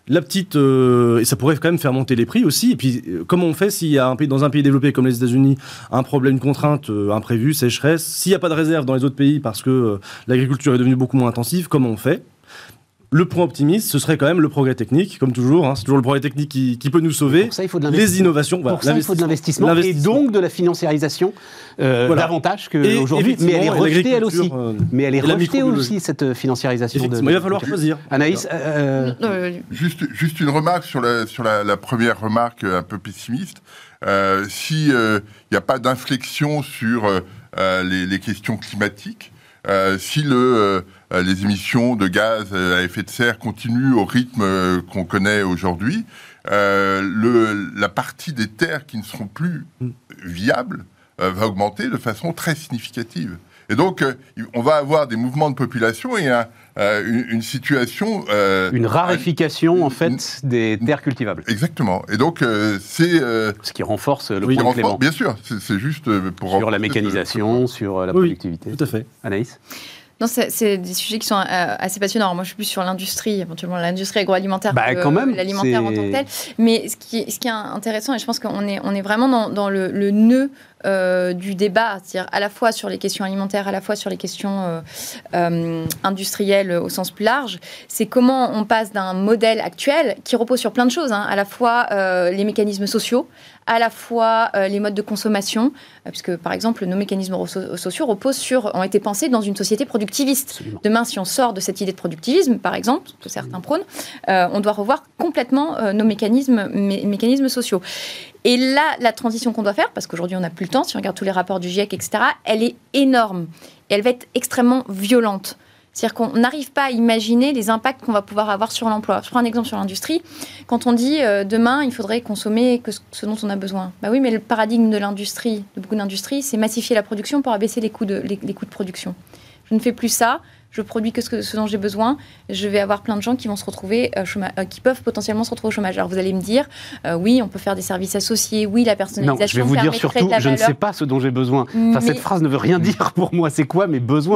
La petite, et ça pourrait quand même faire monter les prix aussi. Et puis, comment on fait s'il y a dans un pays développé comme les États-Unis, un problème, une contrainte imprévue, sécheresse, s'il n'y a pas de réserve dans les autres pays parce que l'agriculture est devenue beaucoup moins intensive, comment on fait ? Le point optimiste, ce serait quand même le progrès technique, comme toujours. C'est toujours le progrès technique qui peut nous sauver. Pour ça, il faut de les innovations. Pour ça, il faut de l'investissement et donc de la financiarisation davantage qu'aujourd'hui. Mais elle est rejetée, elle aussi. Mais elle est rejetée aussi, cette financiarisation. Il va falloir choisir. Anaïs Juste une remarque sur la première remarque un peu pessimiste. Si il n'y a pas d'inflexion sur les questions climatiques, si les émissions de gaz à effet de serre continuent au rythme qu'on connaît aujourd'hui, la partie des terres qui ne seront plus viables va augmenter de façon très significative. Et donc, on va avoir des mouvements de population et une situation... une raréfication, en fait, des terres cultivables. Exactement. Et donc, c'est... ce qui renforce le point Clément. Bien sûr, c'est juste pour... Sur la mécanisation, sur la productivité. Tout à fait. Anaïs ? Non, c'est des sujets qui sont assez passionnants. Alors, moi, je suis plus sur l'industrie, éventuellement l'industrie agroalimentaire que l'alimentaire en tant que tel. Mais ce qui est intéressant, et je pense qu'on est vraiment dans le nœud du débat, c'est-à-dire à la fois sur les questions alimentaires, à la fois sur les questions industrielles au sens plus large, c'est comment on passe d'un modèle actuel qui repose sur plein de choses, à la fois les mécanismes sociaux, à la fois les modes de consommation, puisque par exemple nos mécanismes sociaux ont été pensés dans une société productiviste. Absolument. Demain, si on sort de cette idée de productivisme, par exemple, que certains prônent, on doit revoir complètement nos mécanismes sociaux. Et là, la transition qu'on doit faire, parce qu'aujourd'hui on n'a plus le temps, si on regarde tous les rapports du GIEC, etc., elle est énorme. Et elle va être extrêmement violente. C'est-à-dire qu'on n'arrive pas à imaginer les impacts qu'on va pouvoir avoir sur l'emploi. Je prends un exemple sur l'industrie. Quand on dit demain, il faudrait consommer que ce dont on a besoin. Bah oui, mais le paradigme de l'industrie, de beaucoup d'industries, c'est massifier la production pour abaisser les coûts de production. Je ne fais plus ça. Je produis que ce dont j'ai besoin, je vais avoir plein de gens qui vont se retrouver qui peuvent potentiellement se retrouver au chômage. Alors vous allez me dire, oui, on peut faire des services associés, oui, la personnalisation. Non, je vais vous dire surtout, je ne sais pas ce dont j'ai besoin. Enfin, cette phrase ne veut rien dire pour moi. C'est quoi mes besoins ?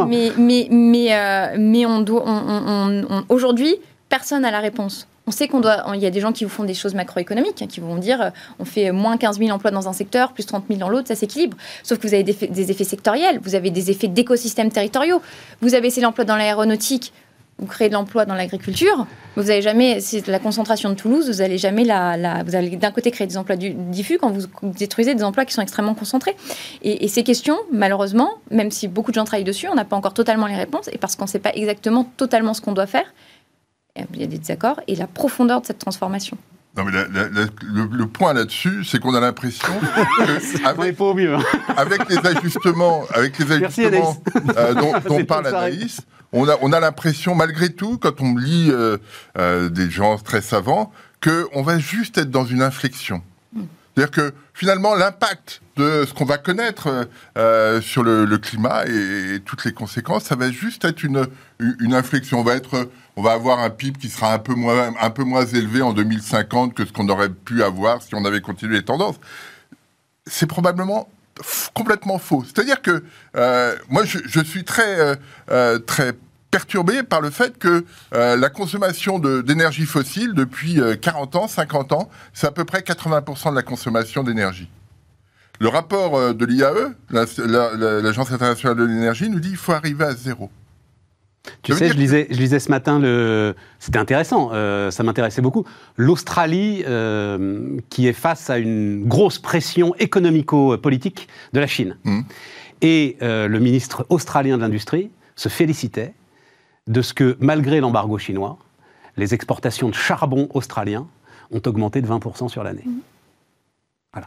Mais on doit, aujourd'hui, personne n'a la réponse. On sait il y a des gens qui vous font des choses macroéconomiques, qui vont dire on fait moins 15 000 emplois dans un secteur, plus 30 000 dans l'autre, ça s'équilibre. Sauf que vous avez des effets sectoriels, vous avez des effets d'écosystèmes territoriaux. Vous abaissez l'emploi dans l'aéronautique, vous créez de l'emploi dans l'agriculture. Vous n'allez jamais, c'est la concentration de Toulouse, vous allez jamais vous allez d'un côté créer des emplois diffus quand vous détruisez des emplois qui sont extrêmement concentrés. Et ces questions, malheureusement, même si beaucoup de gens travaillent dessus, on n'a pas encore totalement les réponses, et parce qu'on ne sait pas exactement totalement ce qu'on doit faire. Il y a des désaccords et la profondeur de cette transformation. Non, mais le point là-dessus, c'est qu'on a l'impression avec les ajustements dont parle Anaïs, on a l'impression, malgré tout, quand on lit des gens très savants, qu'on va juste être dans une inflexion. C'est-à-dire que finalement, l'impact de ce qu'on va connaître sur le climat et toutes les conséquences, ça va juste être une inflexion. On va avoir un PIB qui sera un peu moins élevé en 2050 que ce qu'on aurait pu avoir si on avait continué les tendances. C'est probablement complètement faux. C'est-à-dire que moi, je suis très perturbé par le fait que la consommation d'énergie fossile depuis 40 ans, 50 ans, c'est à peu près 80% de la consommation d'énergie. Le rapport de l'IAE, l'Agence internationale de l'énergie, nous dit qu'il faut arriver à zéro. Tu sais, je lisais ce matin, c'était intéressant, ça m'intéressait beaucoup, l'Australie qui est face à une grosse pression économico-politique de la Chine. Et le ministre australien de l'Industrie se félicitait de ce que, malgré l'embargo chinois, les exportations de charbon australien ont augmenté de 20% sur l'année. Voilà.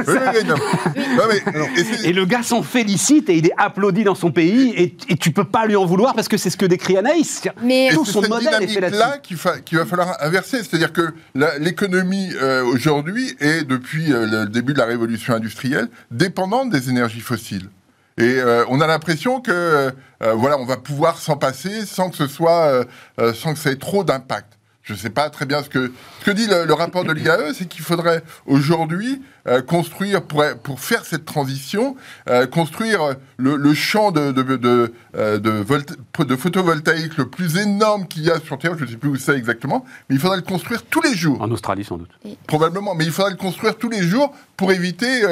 Et le gars s'en félicite et il est applaudi dans son pays et tu peux pas lui en vouloir parce que c'est ce que décrit Anaïs. Mais tout son modèle est fait là-dessus. C'est cette dynamique-là qu'il va falloir inverser. C'est-à-dire que l'économie aujourd'hui est, depuis le début de la révolution industrielle, dépendante des énergies fossiles. Et on a l'impression que on va pouvoir s'en passer sans que ça ait trop d'impact. Je ne sais pas très bien ce que dit le rapport de l'IAE, c'est qu'il faudrait aujourd'hui construire, pour faire cette transition, construire le champ de photovoltaïque le plus énorme qu'il y a sur Terre, je ne sais plus où c'est exactement, mais il faudra le construire tous les jours. En Australie, sans doute. Probablement, mais il faudra le construire tous les jours pour éviter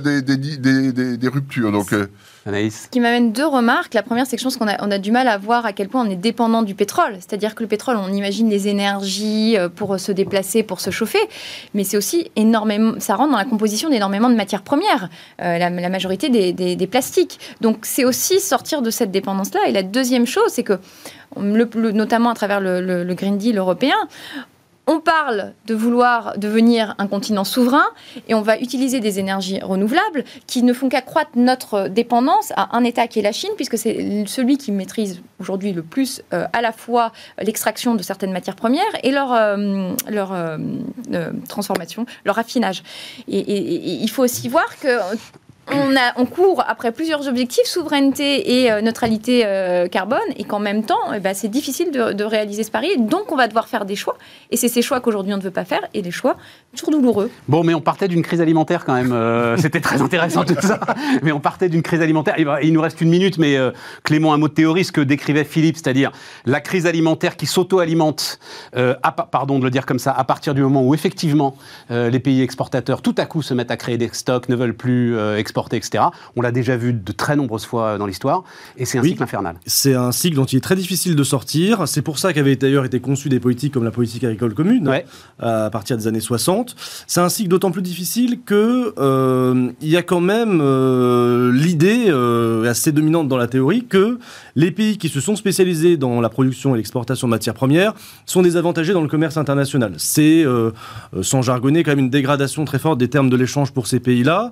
des ruptures. Donc, Anaïs. Ce qui m'amène 2 remarques. La première, c'est que je pense qu'on a du mal à voir à quel point on est dépendant du pétrole. C'est-à-dire que le pétrole, on imagine les énergies pour se déplacer, pour se chauffer, mais c'est aussi énormément, ça rentre dans la composition d'énormément de matières premières, la majorité des plastiques. Donc c'est aussi sortir de cette dépendance-là. Et la deuxième chose, c'est que, notamment à travers le Green Deal européen, on parle de vouloir devenir un continent souverain et on va utiliser des énergies renouvelables qui ne font qu'accroître notre dépendance à un État qui est la Chine, puisque c'est celui qui maîtrise aujourd'hui le plus à la fois l'extraction de certaines matières premières et leur transformation, leur raffinage. Et il faut aussi voir que on court après plusieurs objectifs, souveraineté et neutralité carbone, et qu'en même temps, c'est difficile de réaliser ce pari. Donc, on va devoir faire des choix. Et c'est ces choix qu'aujourd'hui, on ne veut pas faire. Et des choix toujours douloureux. Bon, mais on partait d'une crise alimentaire quand même. C'était très intéressant tout ça. Mais on partait d'une crise alimentaire. Il nous reste 1 minute, mais Clément, un mot de théorie, ce que décrivait Philippe, c'est-à-dire la crise alimentaire qui s'auto-alimente, pardon de le dire comme ça, à partir du moment où effectivement les pays exportateurs tout à coup se mettent à créer des stocks, ne veulent plus exporter, etc. On l'a déjà vu de très nombreuses fois dans l'histoire, et c'est un cycle infernal. C'est un cycle dont il est très difficile de sortir. C'est pour ça qu'avaient d'ailleurs été conçues des politiques comme la politique agricole commune, à partir des années 60. C'est un cycle d'autant plus difficile que il y a quand même l'idée assez dominante dans la théorie que les pays qui se sont spécialisés dans la production et l'exportation de matières premières sont désavantagés dans le commerce international. C'est, sans jargonner, quand même une dégradation très forte des termes de l'échange pour ces pays-là.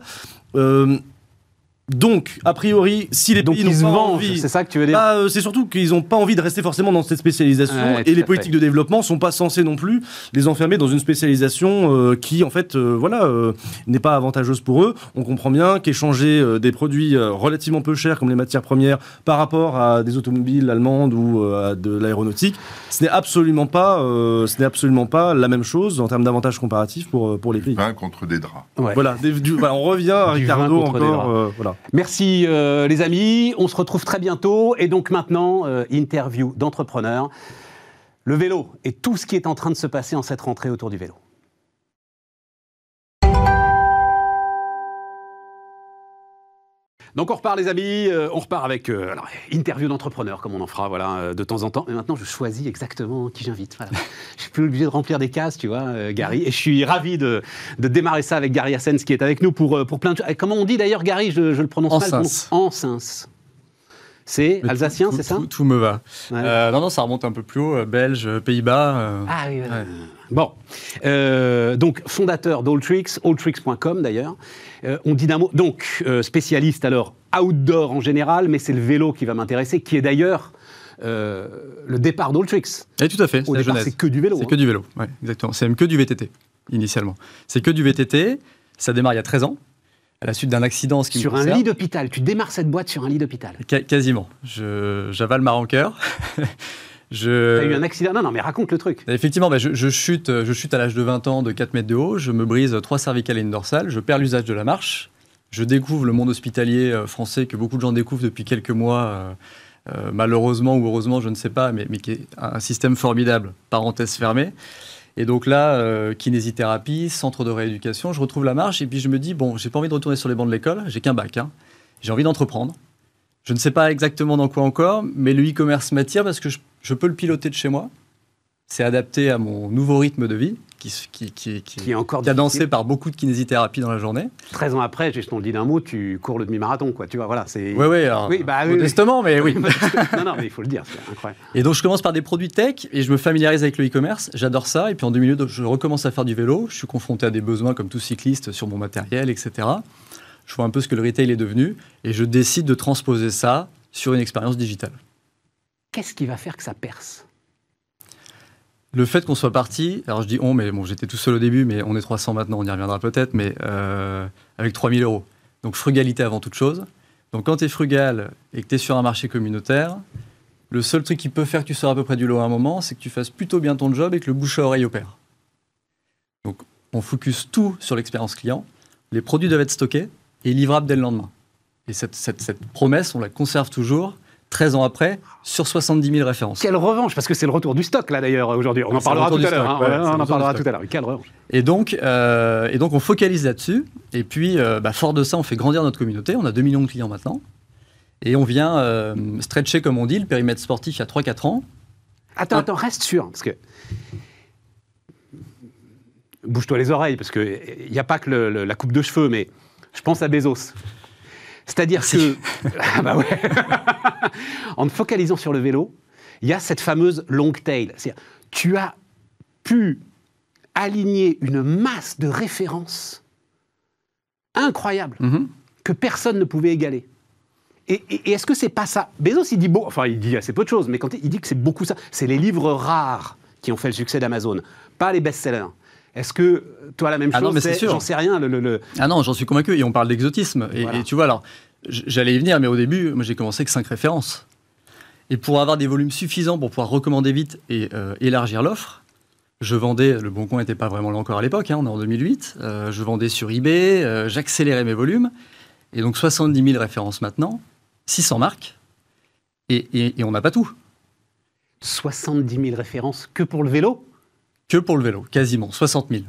Donc, a priori, si les pays n'ont pas envie... C'est ça que tu veux dire ? C'est surtout qu'ils n'ont pas envie de rester forcément dans cette spécialisation, et les politiques de développement ne sont pas censées non plus les enfermer dans une spécialisation qui, en fait, n'est pas avantageuse pour eux. On comprend bien qu'échanger des produits relativement peu chers, comme les matières premières, par rapport à des automobiles allemandes ou à de l'aéronautique, ce n'est absolument pas la même chose en termes d'avantages comparatifs pour les pays. Vin contre des draps. Ouais. Voilà, on revient à Ricardo encore. Voilà. Merci les amis, on se retrouve très bientôt. Et donc maintenant, interview d'entrepreneurs. Le vélo et tout ce qui est en train de se passer en cette rentrée autour du vélo. Donc on repart les amis, on repart avec interview d'entrepreneurs comme on en fera de temps en temps. Mais maintenant je choisis exactement qui j'invite. Voilà. Je suis plus obligé de remplir des cases, tu vois, Gary. Et je suis ravi de démarrer ça avec Gary Hassens qui est avec nous pour plein de choses. Comment on dit d'ailleurs Gary, je le prononce mal. Hassens. C'est alsacien, c'est ça ? Tout me va. Ouais. Non, ça remonte un peu plus haut. Belge, Pays-Bas. Ah oui, ouais. Bon. Donc, fondateur d'Alltricks, alltricks.com d'ailleurs. On dit d'un mot. Donc, spécialiste alors outdoor en général, mais c'est le vélo qui va m'intéresser, qui est d'ailleurs le départ d'Alltricks. Et tout à fait. Au départ, c'est que du vélo. C'est que du vélo, ouais, exactement. C'est même que du VTT, initialement. C'est que du VTT. Ça démarre il y a 13 ans. À la suite d'un accident, sur un lit d'hôpital. Tu démarres cette boîte sur un lit d'hôpital. Quasiment. J'avale ma rancœur. T'as eu un accident ? Non, mais raconte le truc. Effectivement, je chute à l'âge de 20 ans de 4 mètres de haut. Je me brise 3 cervicales et une dorsale. Je perds l'usage de la marche. Je découvre le monde hospitalier français que beaucoup de gens découvrent depuis quelques mois. Malheureusement ou heureusement, je ne sais pas, mais qui est un système formidable. Parenthèse fermée. Et donc là, kinésithérapie, centre de rééducation, je retrouve la marche et puis je me dis, bon, j'ai pas envie de retourner sur les bancs de l'école, j'ai qu'un bac, j'ai envie d'entreprendre. Je ne sais pas exactement dans quoi encore, mais le e-commerce m'attire parce que je peux le piloter de chez moi. C'est adapté à mon nouveau rythme de vie, qui est encore cadencé par beaucoup de kinésithérapie dans la journée. 13 ans après, juste on le dit d'un mot, tu cours le demi-marathon, quoi. Tu vois, voilà, c'est... Oui, modestement, mais oui. non, mais il faut le dire, c'est incroyable. Et donc, je commence par des produits tech et je me familiarise avec le e-commerce. J'adore ça. Et puis, en 2 minutes, je recommence à faire du vélo. Je suis confronté à des besoins comme tout cycliste sur mon matériel, etc. Je vois un peu ce que le retail est devenu et je décide de transposer ça sur une expérience digitale. Qu'est-ce qui va faire que ça perce ? Le fait qu'on soit parti, alors je dis on, mais bon, j'étais tout seul au début, mais on est 300 maintenant, on y reviendra peut-être, mais avec 3 000 €. Donc frugalité avant toute chose. Donc quand tu es frugal et que tu es sur un marché communautaire, le seul truc qui peut faire que tu sors à peu près du lot à un moment, c'est que tu fasses plutôt bien ton job et que le bouche à oreille opère. Donc on focus tout sur l'expérience client. les produits doivent être stockés et livrables dès le lendemain. Et cette promesse, on la conserve toujours, 13 ans après, sur 70 000 références. Quelle revanche, parce que c'est le retour du stock, là, d'ailleurs, aujourd'hui. On en parlera tout à l'heure. On en parlera tout à l'heure. Quelle revanche. Et donc, on focalise là-dessus. Et puis, fort de ça, on fait grandir notre communauté. On a 2 millions de clients maintenant. Et on vient stretcher, comme on dit, le périmètre sportif il y a 3-4 ans. Attends, reste sûr, parce que... Bouge-toi les oreilles, parce qu'il n'y a pas que la coupe de cheveux, mais je pense à Bezos. C'est-à-dire que... Ah bah ouais. En te focalisant sur le vélo, il y a cette fameuse long tail. C'est-à-dire, tu as pu aligner une masse de références incroyables que personne ne pouvait égaler. Et est-ce que c'est pas ça? Bezos, il dit il dit assez peu de choses, mais quand il dit que c'est beaucoup ça, c'est les livres rares qui ont fait le succès d'Amazon, pas les best-sellers. Est-ce que toi, la même chose? Non, mais c'est sûr. J'en sais rien. Ah non, j'en suis convaincu. Et on parle d'exotisme. Et tu vois, alors, j'allais y venir, mais au début, moi, j'ai commencé avec 5 références. Et pour avoir des volumes suffisants pour pouvoir recommander vite et élargir l'offre, je vendais, Le Bon Coin n'était pas vraiment là encore à l'époque, on est en 2008, je vendais sur eBay, j'accélérais mes volumes. Et donc 70 000 références maintenant, 600 marques, et on n'a pas tout. 70 000 références que pour le vélo? Que pour le vélo, quasiment, 60 000.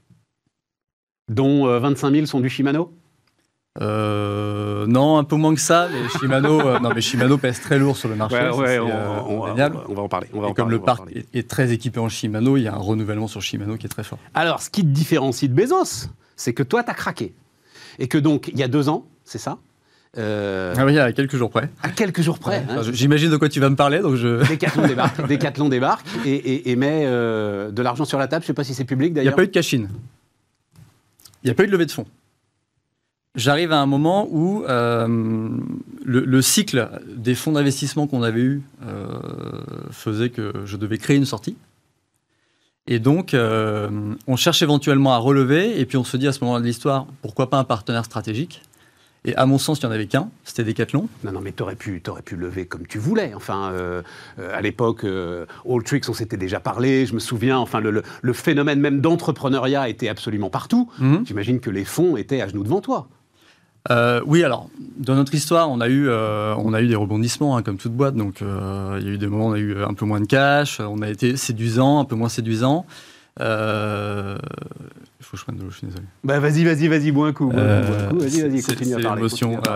Dont 25 000 sont du Shimano? Non, un peu moins que ça. Mais Shimano pèse très lourd sur le marché. On va en parler. Comme le parc est très équipé en Shimano, il y a un renouvellement sur Shimano qui est très fort. Alors, ce qui te différencie de Bezos, c'est que toi, tu as craqué. Et que donc, il y a 2 ans, c'est ça? Ah oui, à quelques jours près. À quelques jours près. Ouais, j'imagine de quoi tu vas me parler. Donc Decathlon débarque et met de l'argent sur la table. Je ne sais pas si c'est public d'ailleurs. Il n'y a pas eu de cash-in. Il n'y a pas eu de levée de fonds. J'arrive à un moment où le cycle des fonds d'investissement qu'on avait eu faisait que je devais créer une sortie. Et donc, on cherche éventuellement à relever. Et puis, on se dit à ce moment-là de l'histoire, pourquoi pas un partenaire stratégique? Et à mon sens, il n'y en avait qu'un, c'était Decathlon. Non, mais t'aurais pu lever comme tu voulais. Enfin, à l'époque, Alltricks, on s'était déjà parlé. Je me souviens, enfin, le phénomène même d'entrepreneuriat était absolument partout. J'imagine que les fonds étaient à genoux devant toi. Oui, alors, dans notre histoire, on a eu des rebondissements, comme toute boîte. Donc, il y a eu des moments où on a eu un peu moins de cash, on a été séduisant, un peu moins séduisant. Il faut que je prenne de l'eau, je suis désolé. Bah vas-y, bois un coup. Vas-y, continue à parler. C'est l'émotion.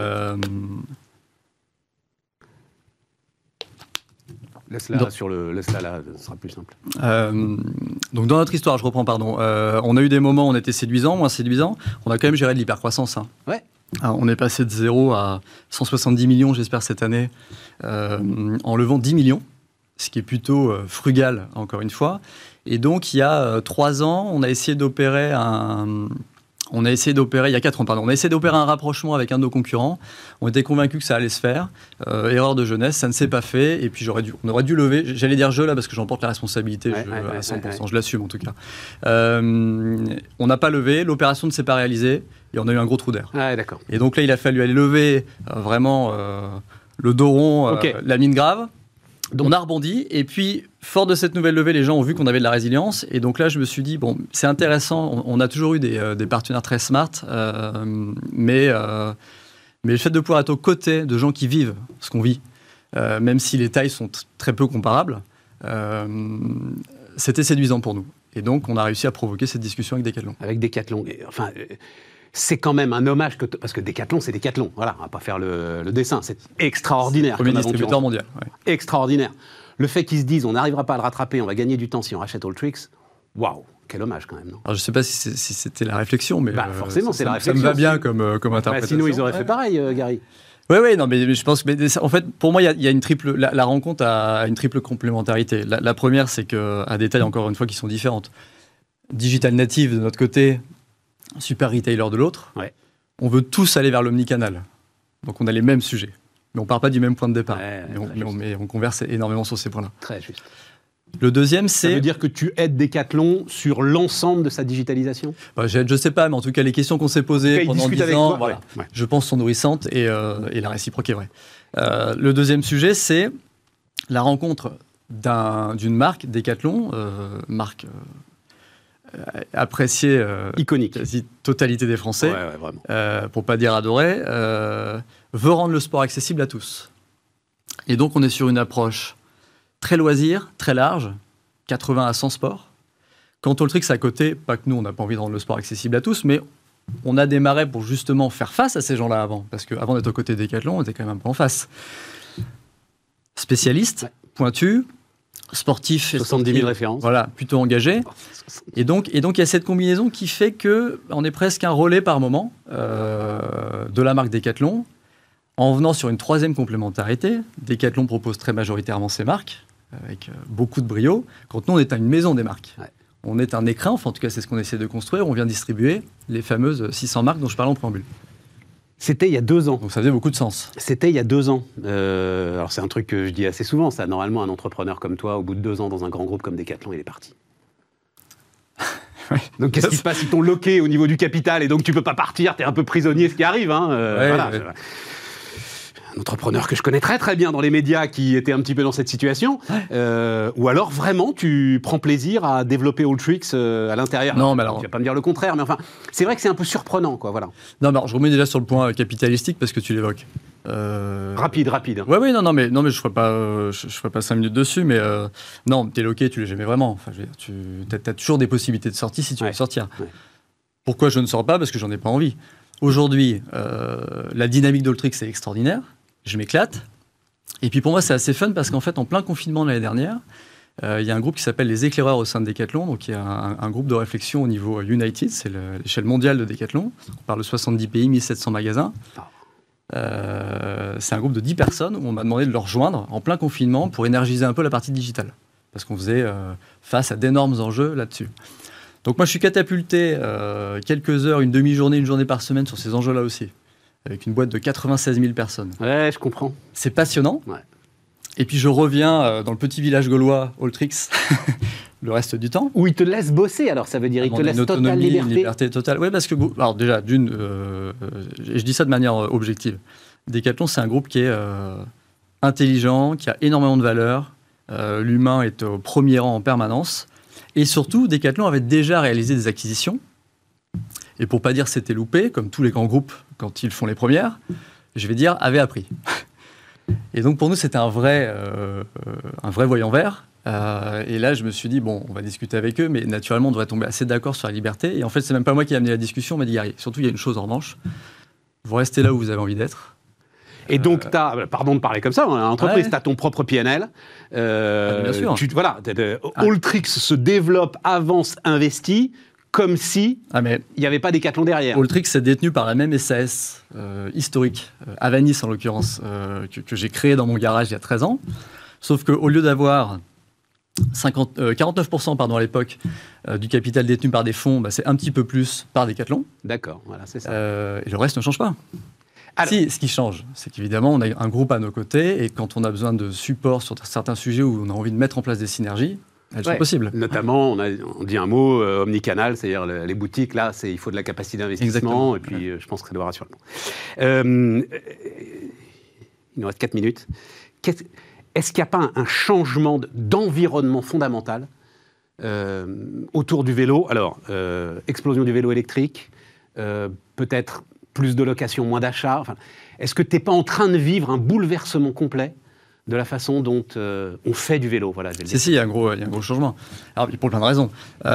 Laisse-la là, ce sera plus simple. Donc dans notre histoire, je reprends, pardon. On a eu des moments où on était séduisant, moins séduisant. On a quand même géré de l'hypercroissance. Ouais. Alors, on est passé de 0 à 170 millions, j'espère, cette année, en levant 10 millions, ce qui est plutôt frugal, encore une fois. Et donc, il y a 3 ans, on a essayé d'opérer il y a 4 ans, pardon. On a essayé d'opérer un rapprochement avec un de nos concurrents. On était convaincus que ça allait se faire. Erreur de jeunesse, ça ne s'est pas fait. Et puis, on aurait dû lever. J'allais dire là, parce que j'en porte la responsabilité à 100%. Je l'assume, en tout cas. On n'a pas levé. L'opération ne s'est pas réalisée. Et on a eu un gros trou d'air. Ah, d'accord. Et donc là, il a fallu aller lever vraiment le dos rond, la mine grave. Donc, on a rebondi, et puis, fort de cette nouvelle levée, les gens ont vu qu'on avait de la résilience, et donc là, je me suis dit, bon, c'est intéressant, on a toujours eu des partenaires très smart, mais le fait de pouvoir être aux côtés de gens qui vivent ce qu'on vit, même si les tailles sont très peu comparables, c'était séduisant pour nous. Et donc, on a réussi à provoquer cette discussion avec Decathlon. Avec Decathlon, enfin... C'est quand même un hommage, parce que Decathlon, c'est Decathlon. Voilà, on va pas faire le dessin. C'est extraordinaire. Premier distributeur mondial. Ouais. Extraordinaire. Le fait qu'ils se disent, on n'arrivera pas à le rattraper, on va gagner du temps si on rachète Alltricks. Waouh, quel hommage quand même, non? Alors, je sais pas si c'était la réflexion, mais forcément, c'est la réflexion. Ça me va bien comme interprétation. Sinon, ils auraient fait pareil, Gary. Oui, non, mais je pense que, en fait, pour moi, il y a une triple. La rencontre a une triple complémentarité. La première, c'est qu'à des tailles, encore une fois, qui sont différentes. Digital native de notre côté. Super retailer de l'autre, on veut tous aller vers l'omnicanal. Donc on a les mêmes sujets, mais on ne part pas du même point de départ. Mais on converse énormément sur ces points-là. Très juste. Le deuxième, c'est... Ça veut dire que tu aides Decathlon sur l'ensemble de sa digitalisation? Je ne sais pas, mais en tout cas, les questions qu'on s'est posées pendant 10 ans, je pense, sont nourrissantes et la réciproque est vraie. Le deuxième sujet, c'est la rencontre d'une marque, Decathlon, marque... apprécié iconique, quasi-totalité des Français, vraiment. Pour pas dire adoré, veut rendre le sport accessible à tous. Et donc on est sur une approche très loisir, très large, 80 à 100 sports. Quant au Alltrix à côté, pas que nous on n'a pas envie de rendre le sport accessible à tous, mais on a démarré pour justement faire face à ces gens-là avant, parce qu'avant d'être aux côtés de Decathlon, on était quand même un peu en face. Spécialiste, pointu, sportif, 70 000 références. Voilà, plutôt engagé. Et donc il y a cette combinaison qui fait qu'on est presque un relais par moment de la marque Decathlon. En venant sur une troisième complémentarité, Decathlon propose très majoritairement ses marques, avec beaucoup de brio, quand nous on est une maison des marques. Ouais. On est un écrin, enfin en tout cas c'est ce qu'on essaie de construire, on vient distribuer les fameuses 600 marques dont je parlais en préambule. C'était il y a 2 ans. Donc ça faisait beaucoup de sens. C'était il y a 2 ans. Alors c'est un truc que je dis assez souvent, ça. Normalement, un entrepreneur comme toi, au bout de 2 ans dans un grand groupe comme Decathlon, il est parti. Ouais. Donc qu'est-ce qui se passe? Ils t'ont loqué au niveau du capital et donc tu peux pas partir, t'es un peu prisonnier, ce qui arrive. Hein. Voilà. Un entrepreneur que je connais très très bien dans les médias qui était un petit peu dans cette situation, ou alors vraiment tu prends plaisir à développer Alltrix à l'intérieur. Non, mais alors... Tu vas pas me dire le contraire, mais enfin, c'est vrai que c'est un peu surprenant, quoi, voilà. Non, mais alors, je remets déjà sur le point capitalistique parce que tu l'évoques. Rapide. Hein. Oui, non, mais je ferai pas 5 minutes dessus, mais non, t'es loqué, tu l'es jamais vraiment. Enfin, je veux dire, t'as toujours des possibilités de sortie si tu veux sortir. Ouais. Pourquoi je ne sors pas? Parce que j'en ai pas envie. Aujourd'hui, la dynamique d'Alltrix est extraordinaire. Je m'éclate. Et puis pour moi, c'est assez fun parce qu'en fait, en plein confinement de l'année dernière, il y a un groupe qui s'appelle les éclaireurs au sein de Decathlon. Donc, il y a un groupe de réflexion au niveau United, c'est l'échelle mondiale de Decathlon. On parle de 70 pays, 1700 magasins. C'est un groupe de 10 personnes où on m'a demandé de leur rejoindre en plein confinement pour énergiser un peu la partie digitale. Parce qu'on faisait face à d'énormes enjeux là-dessus. Donc moi, je suis catapulté quelques heures, une demi-journée, une journée par semaine sur ces enjeux-là aussi. Avec une boîte de 96 000 personnes. Ouais, je comprends. C'est passionnant. Ouais. Et puis je reviens dans le petit village gaulois, Alltrix, le reste du temps. Où ils te laissent bosser, alors ça veut dire ils te laissent totale liberté. Une liberté totale. Oui, parce que, alors déjà, je dis ça de manière objective. Decathlon, c'est un groupe qui est intelligent, qui a énormément de valeur. L'humain est au premier rang en permanence. Et surtout, Decathlon avait déjà réalisé des acquisitions. Et pour pas dire c'était loupé, comme tous les grands groupes quand ils font les premières, je vais dire avait appris. Et donc pour nous c'était un vrai voyant vert. Et là je me suis dit bon on va discuter avec eux, mais naturellement on devrait tomber assez d'accord sur la liberté. Et en fait c'est même pas moi qui ai amené la discussion, on m'a dit surtout il y a une chose en revanche, vous restez là où vous avez envie d'être. Et donc, pardon de parler comme ça, en entreprise, tu as ton propre PNL. Bien sûr. Alltrix se développe, avance, investit, comme si il n'y avait pas Decathlon derrière. Alltrix est détenu par la même SAS historique, Avanis en l'occurrence, que j'ai créé dans mon garage il y a 13 ans. Sauf qu'au lieu d'avoir 49% à l'époque du capital détenu par des fonds, c'est un petit peu plus par Decathlon. D'accord, voilà, c'est ça. Et le reste ne change pas. Alors, si, ce qui change, c'est qu'évidemment, on a un groupe à nos côtés, et quand on a besoin de support sur certains sujets où on a envie de mettre en place des synergies, elles sont possibles. Notamment, on dit un mot, omnicanal, c'est-à-dire les boutiques, là, il faut de la capacité d'investissement, et puis je pense que ça doit rassurer. Il nous reste 4 minutes. Est-ce qu'il n'y a pas un changement d'environnement fondamental autour du vélo? Alors, explosion du vélo électrique, peut-être plus de location, moins d'achat. Enfin, est-ce que tu n'es pas en train de vivre un bouleversement complet de la façon dont on fait du vélo? Voilà, si, il y a un gros changement. Alors, pour plein de raisons.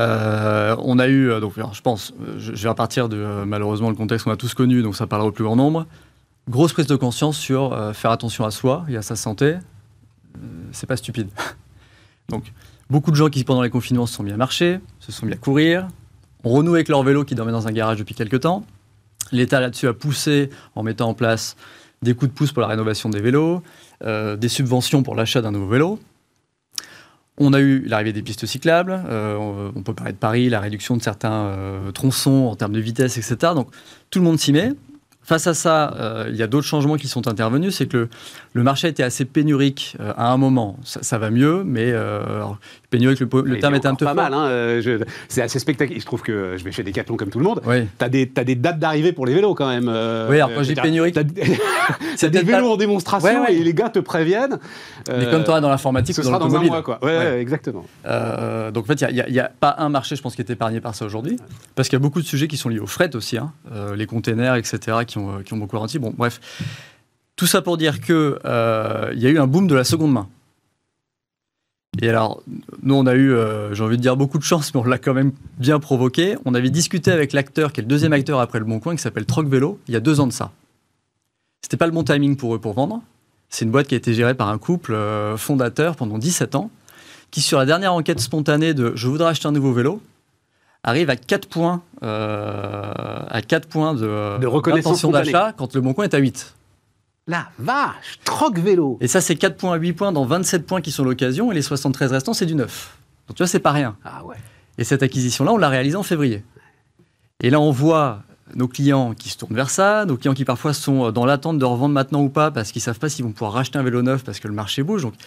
On a eu, donc, je pense, je vais repartir de malheureusement le contexte qu'on a tous connu, donc ça parlera au plus grand nombre. Grosse prise de conscience sur faire attention à soi et à sa santé. C'est pas stupide. Donc, beaucoup de gens qui, pendant les confinements, se sont mis à marcher, se sont mis à courir, ont renoué avec leur vélo qui dormait dans un garage depuis quelques temps. L'État là-dessus a poussé en mettant en place des coups de pouce pour la rénovation des vélos, des subventions pour l'achat d'un nouveau vélo. On a eu l'arrivée des pistes cyclables, on peut parler de Paris, la réduction de certains tronçons en termes de vitesse, etc. Donc tout le monde s'y met. Face à ça, il y a d'autres changements qui sont intervenus. C'est que le marché était assez pénurique à un moment. Ça va mieux, mais pénurique, le terme est un peu pas fort. mal. Hein, c'est assez spectaculaire. Je trouve que je vais chez Decathlon comme tout le monde. Oui. T'as des dates d'arrivée pour les vélos quand même. Oui, alors quand je dis pénurique, c'est des vélos en démonstration et les gars te préviennent. Mais comme tu auras dans l'informatique, ce ou dans sera dans un l'automobile. mois, quoi. Ouais, exactement. Donc en fait, il n'y a pas un marché, je pense, qui est épargné par ça aujourd'hui, parce qu'il y a beaucoup de sujets qui sont liés au fret aussi, hein, les containers, etc., qui ont beaucoup ralenti. Bon, bref. Tout ça pour dire qu'il y a eu un boom de la seconde main. Et alors, nous, on a eu, j'ai envie de dire, beaucoup de chance, mais on l'a quand même bien provoqué. On avait discuté avec l'acteur, qui est le deuxième acteur après Le Bon Coin, qui s'appelle Troc Vélo, il y a 2 ans de ça. C'était pas le bon timing pour eux pour vendre. C'est une boîte qui a été gérée par un couple fondateur pendant 17 ans, qui, sur la dernière enquête spontanée de « je voudrais acheter un nouveau vélo », arrive à 4 points, de reconnaissance d'intention d'achat quand Le Bon Coin est à 8. La vache, Troc Vélo. Et ça, c'est 4 points à 8 points dans 27 points qui sont l'occasion, et les 73 restants, c'est du 9. Donc tu vois, c'est pas rien. Ah ouais. Et cette acquisition-là, on l'a réalisée en février. Et là, on voit nos clients qui se tournent vers ça, nos clients qui parfois sont dans l'attente de revendre maintenant ou pas, parce qu'ils ne savent pas s'ils vont pouvoir racheter un vélo neuf parce que le marché bouge. Donc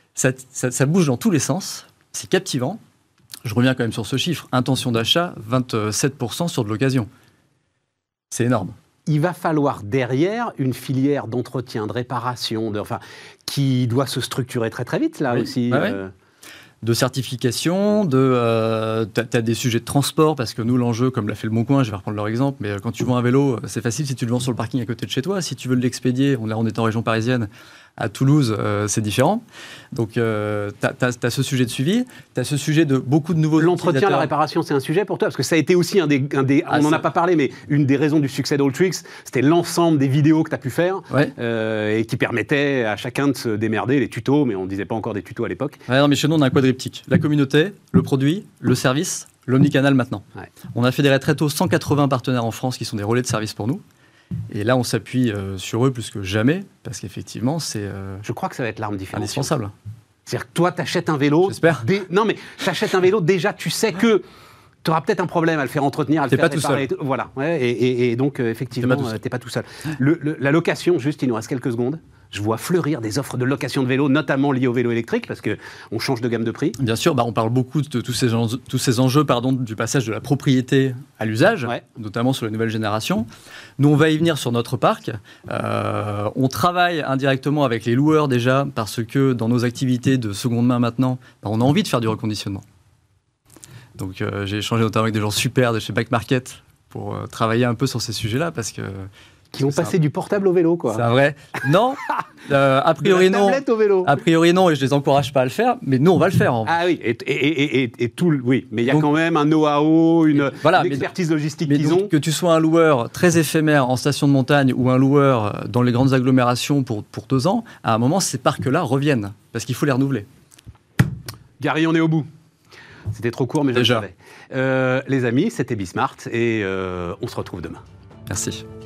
ça bouge dans tous les sens. C'est captivant. Je reviens quand même sur ce chiffre. Intention d'achat, 27% sur de l'occasion. C'est énorme. Il va falloir derrière une filière d'entretien, de réparation, qui doit se structurer très très vite là aussi. Ouais. De certification, t'as des sujets de transport, parce que nous, l'enjeu, comme l'a fait Le Bon Coin, je vais reprendre leur exemple, mais quand tu vends un vélo, c'est facile si tu le vends sur le parking à côté de chez toi. Si tu veux l'expédier, on est en région parisienne, à Toulouse, c'est différent. Donc, t'as ce sujet de suivi, t'as ce sujet de beaucoup de nouveaux L'entretien, la réparation, c'est un sujet pour toi? Parce que ça a été aussi on n'en a pas parlé, mais une des raisons du succès d'Alltrix, c'était l'ensemble des vidéos que tu as pu faire, et qui permettaient à chacun de se démerder, les tutos, mais on ne disait pas encore des tutos à l'époque. Ouais, non, mais chez nous, on a un quadriptyque. La communauté, le produit, le service, l'omnicanal maintenant. Ouais. On a fédéré très tôt 180 partenaires en France qui sont des relais de service pour nous. Et là, on s'appuie sur eux plus que jamais, parce qu'effectivement, c'est je crois que ça va être l'arme différenciante. Indispensable. C'est-à-dire que toi, tu achètes un vélo... J'espère. Non, mais tu achètes un vélo, déjà, tu sais que tu auras peut-être un problème à le faire entretenir, à le faire réparer. Tout seul. Voilà. Ouais, et donc, effectivement, tu n'es pas tout seul. La location, juste, il nous reste quelques secondes. Je vois fleurir des offres de location de vélo, notamment liées au vélo électrique, parce qu'on change de gamme de prix. Bien sûr, on parle beaucoup de tous ces enjeux du passage de la propriété à l'usage, notamment sur les nouvelles générations. Nous, on va y venir sur notre parc. On travaille indirectement avec les loueurs déjà, parce que dans nos activités de seconde main maintenant, on a envie de faire du reconditionnement. Donc j'ai échangé notamment avec des gens super de chez Back Market pour travailler un peu sur ces sujets-là, parce que... Qui ont passé du portable au vélo, quoi. C'est vrai. Non, a priori non. Au vélo. A priori non, et je les encourage pas à le faire, mais nous on va le faire. Ah oui, et tout, oui, mais il y a quand même un know-how, une expertise logistique qu'ils ont. Que tu sois un loueur très éphémère en station de montagne ou un loueur dans les grandes agglomérations pour 2 ans, à un moment ces parcs-là reviennent, parce qu'il faut les renouveler. Gary, on est au bout. C'était trop court, mais je le savais. Les amis, c'était Bismart, et on se retrouve demain. Merci.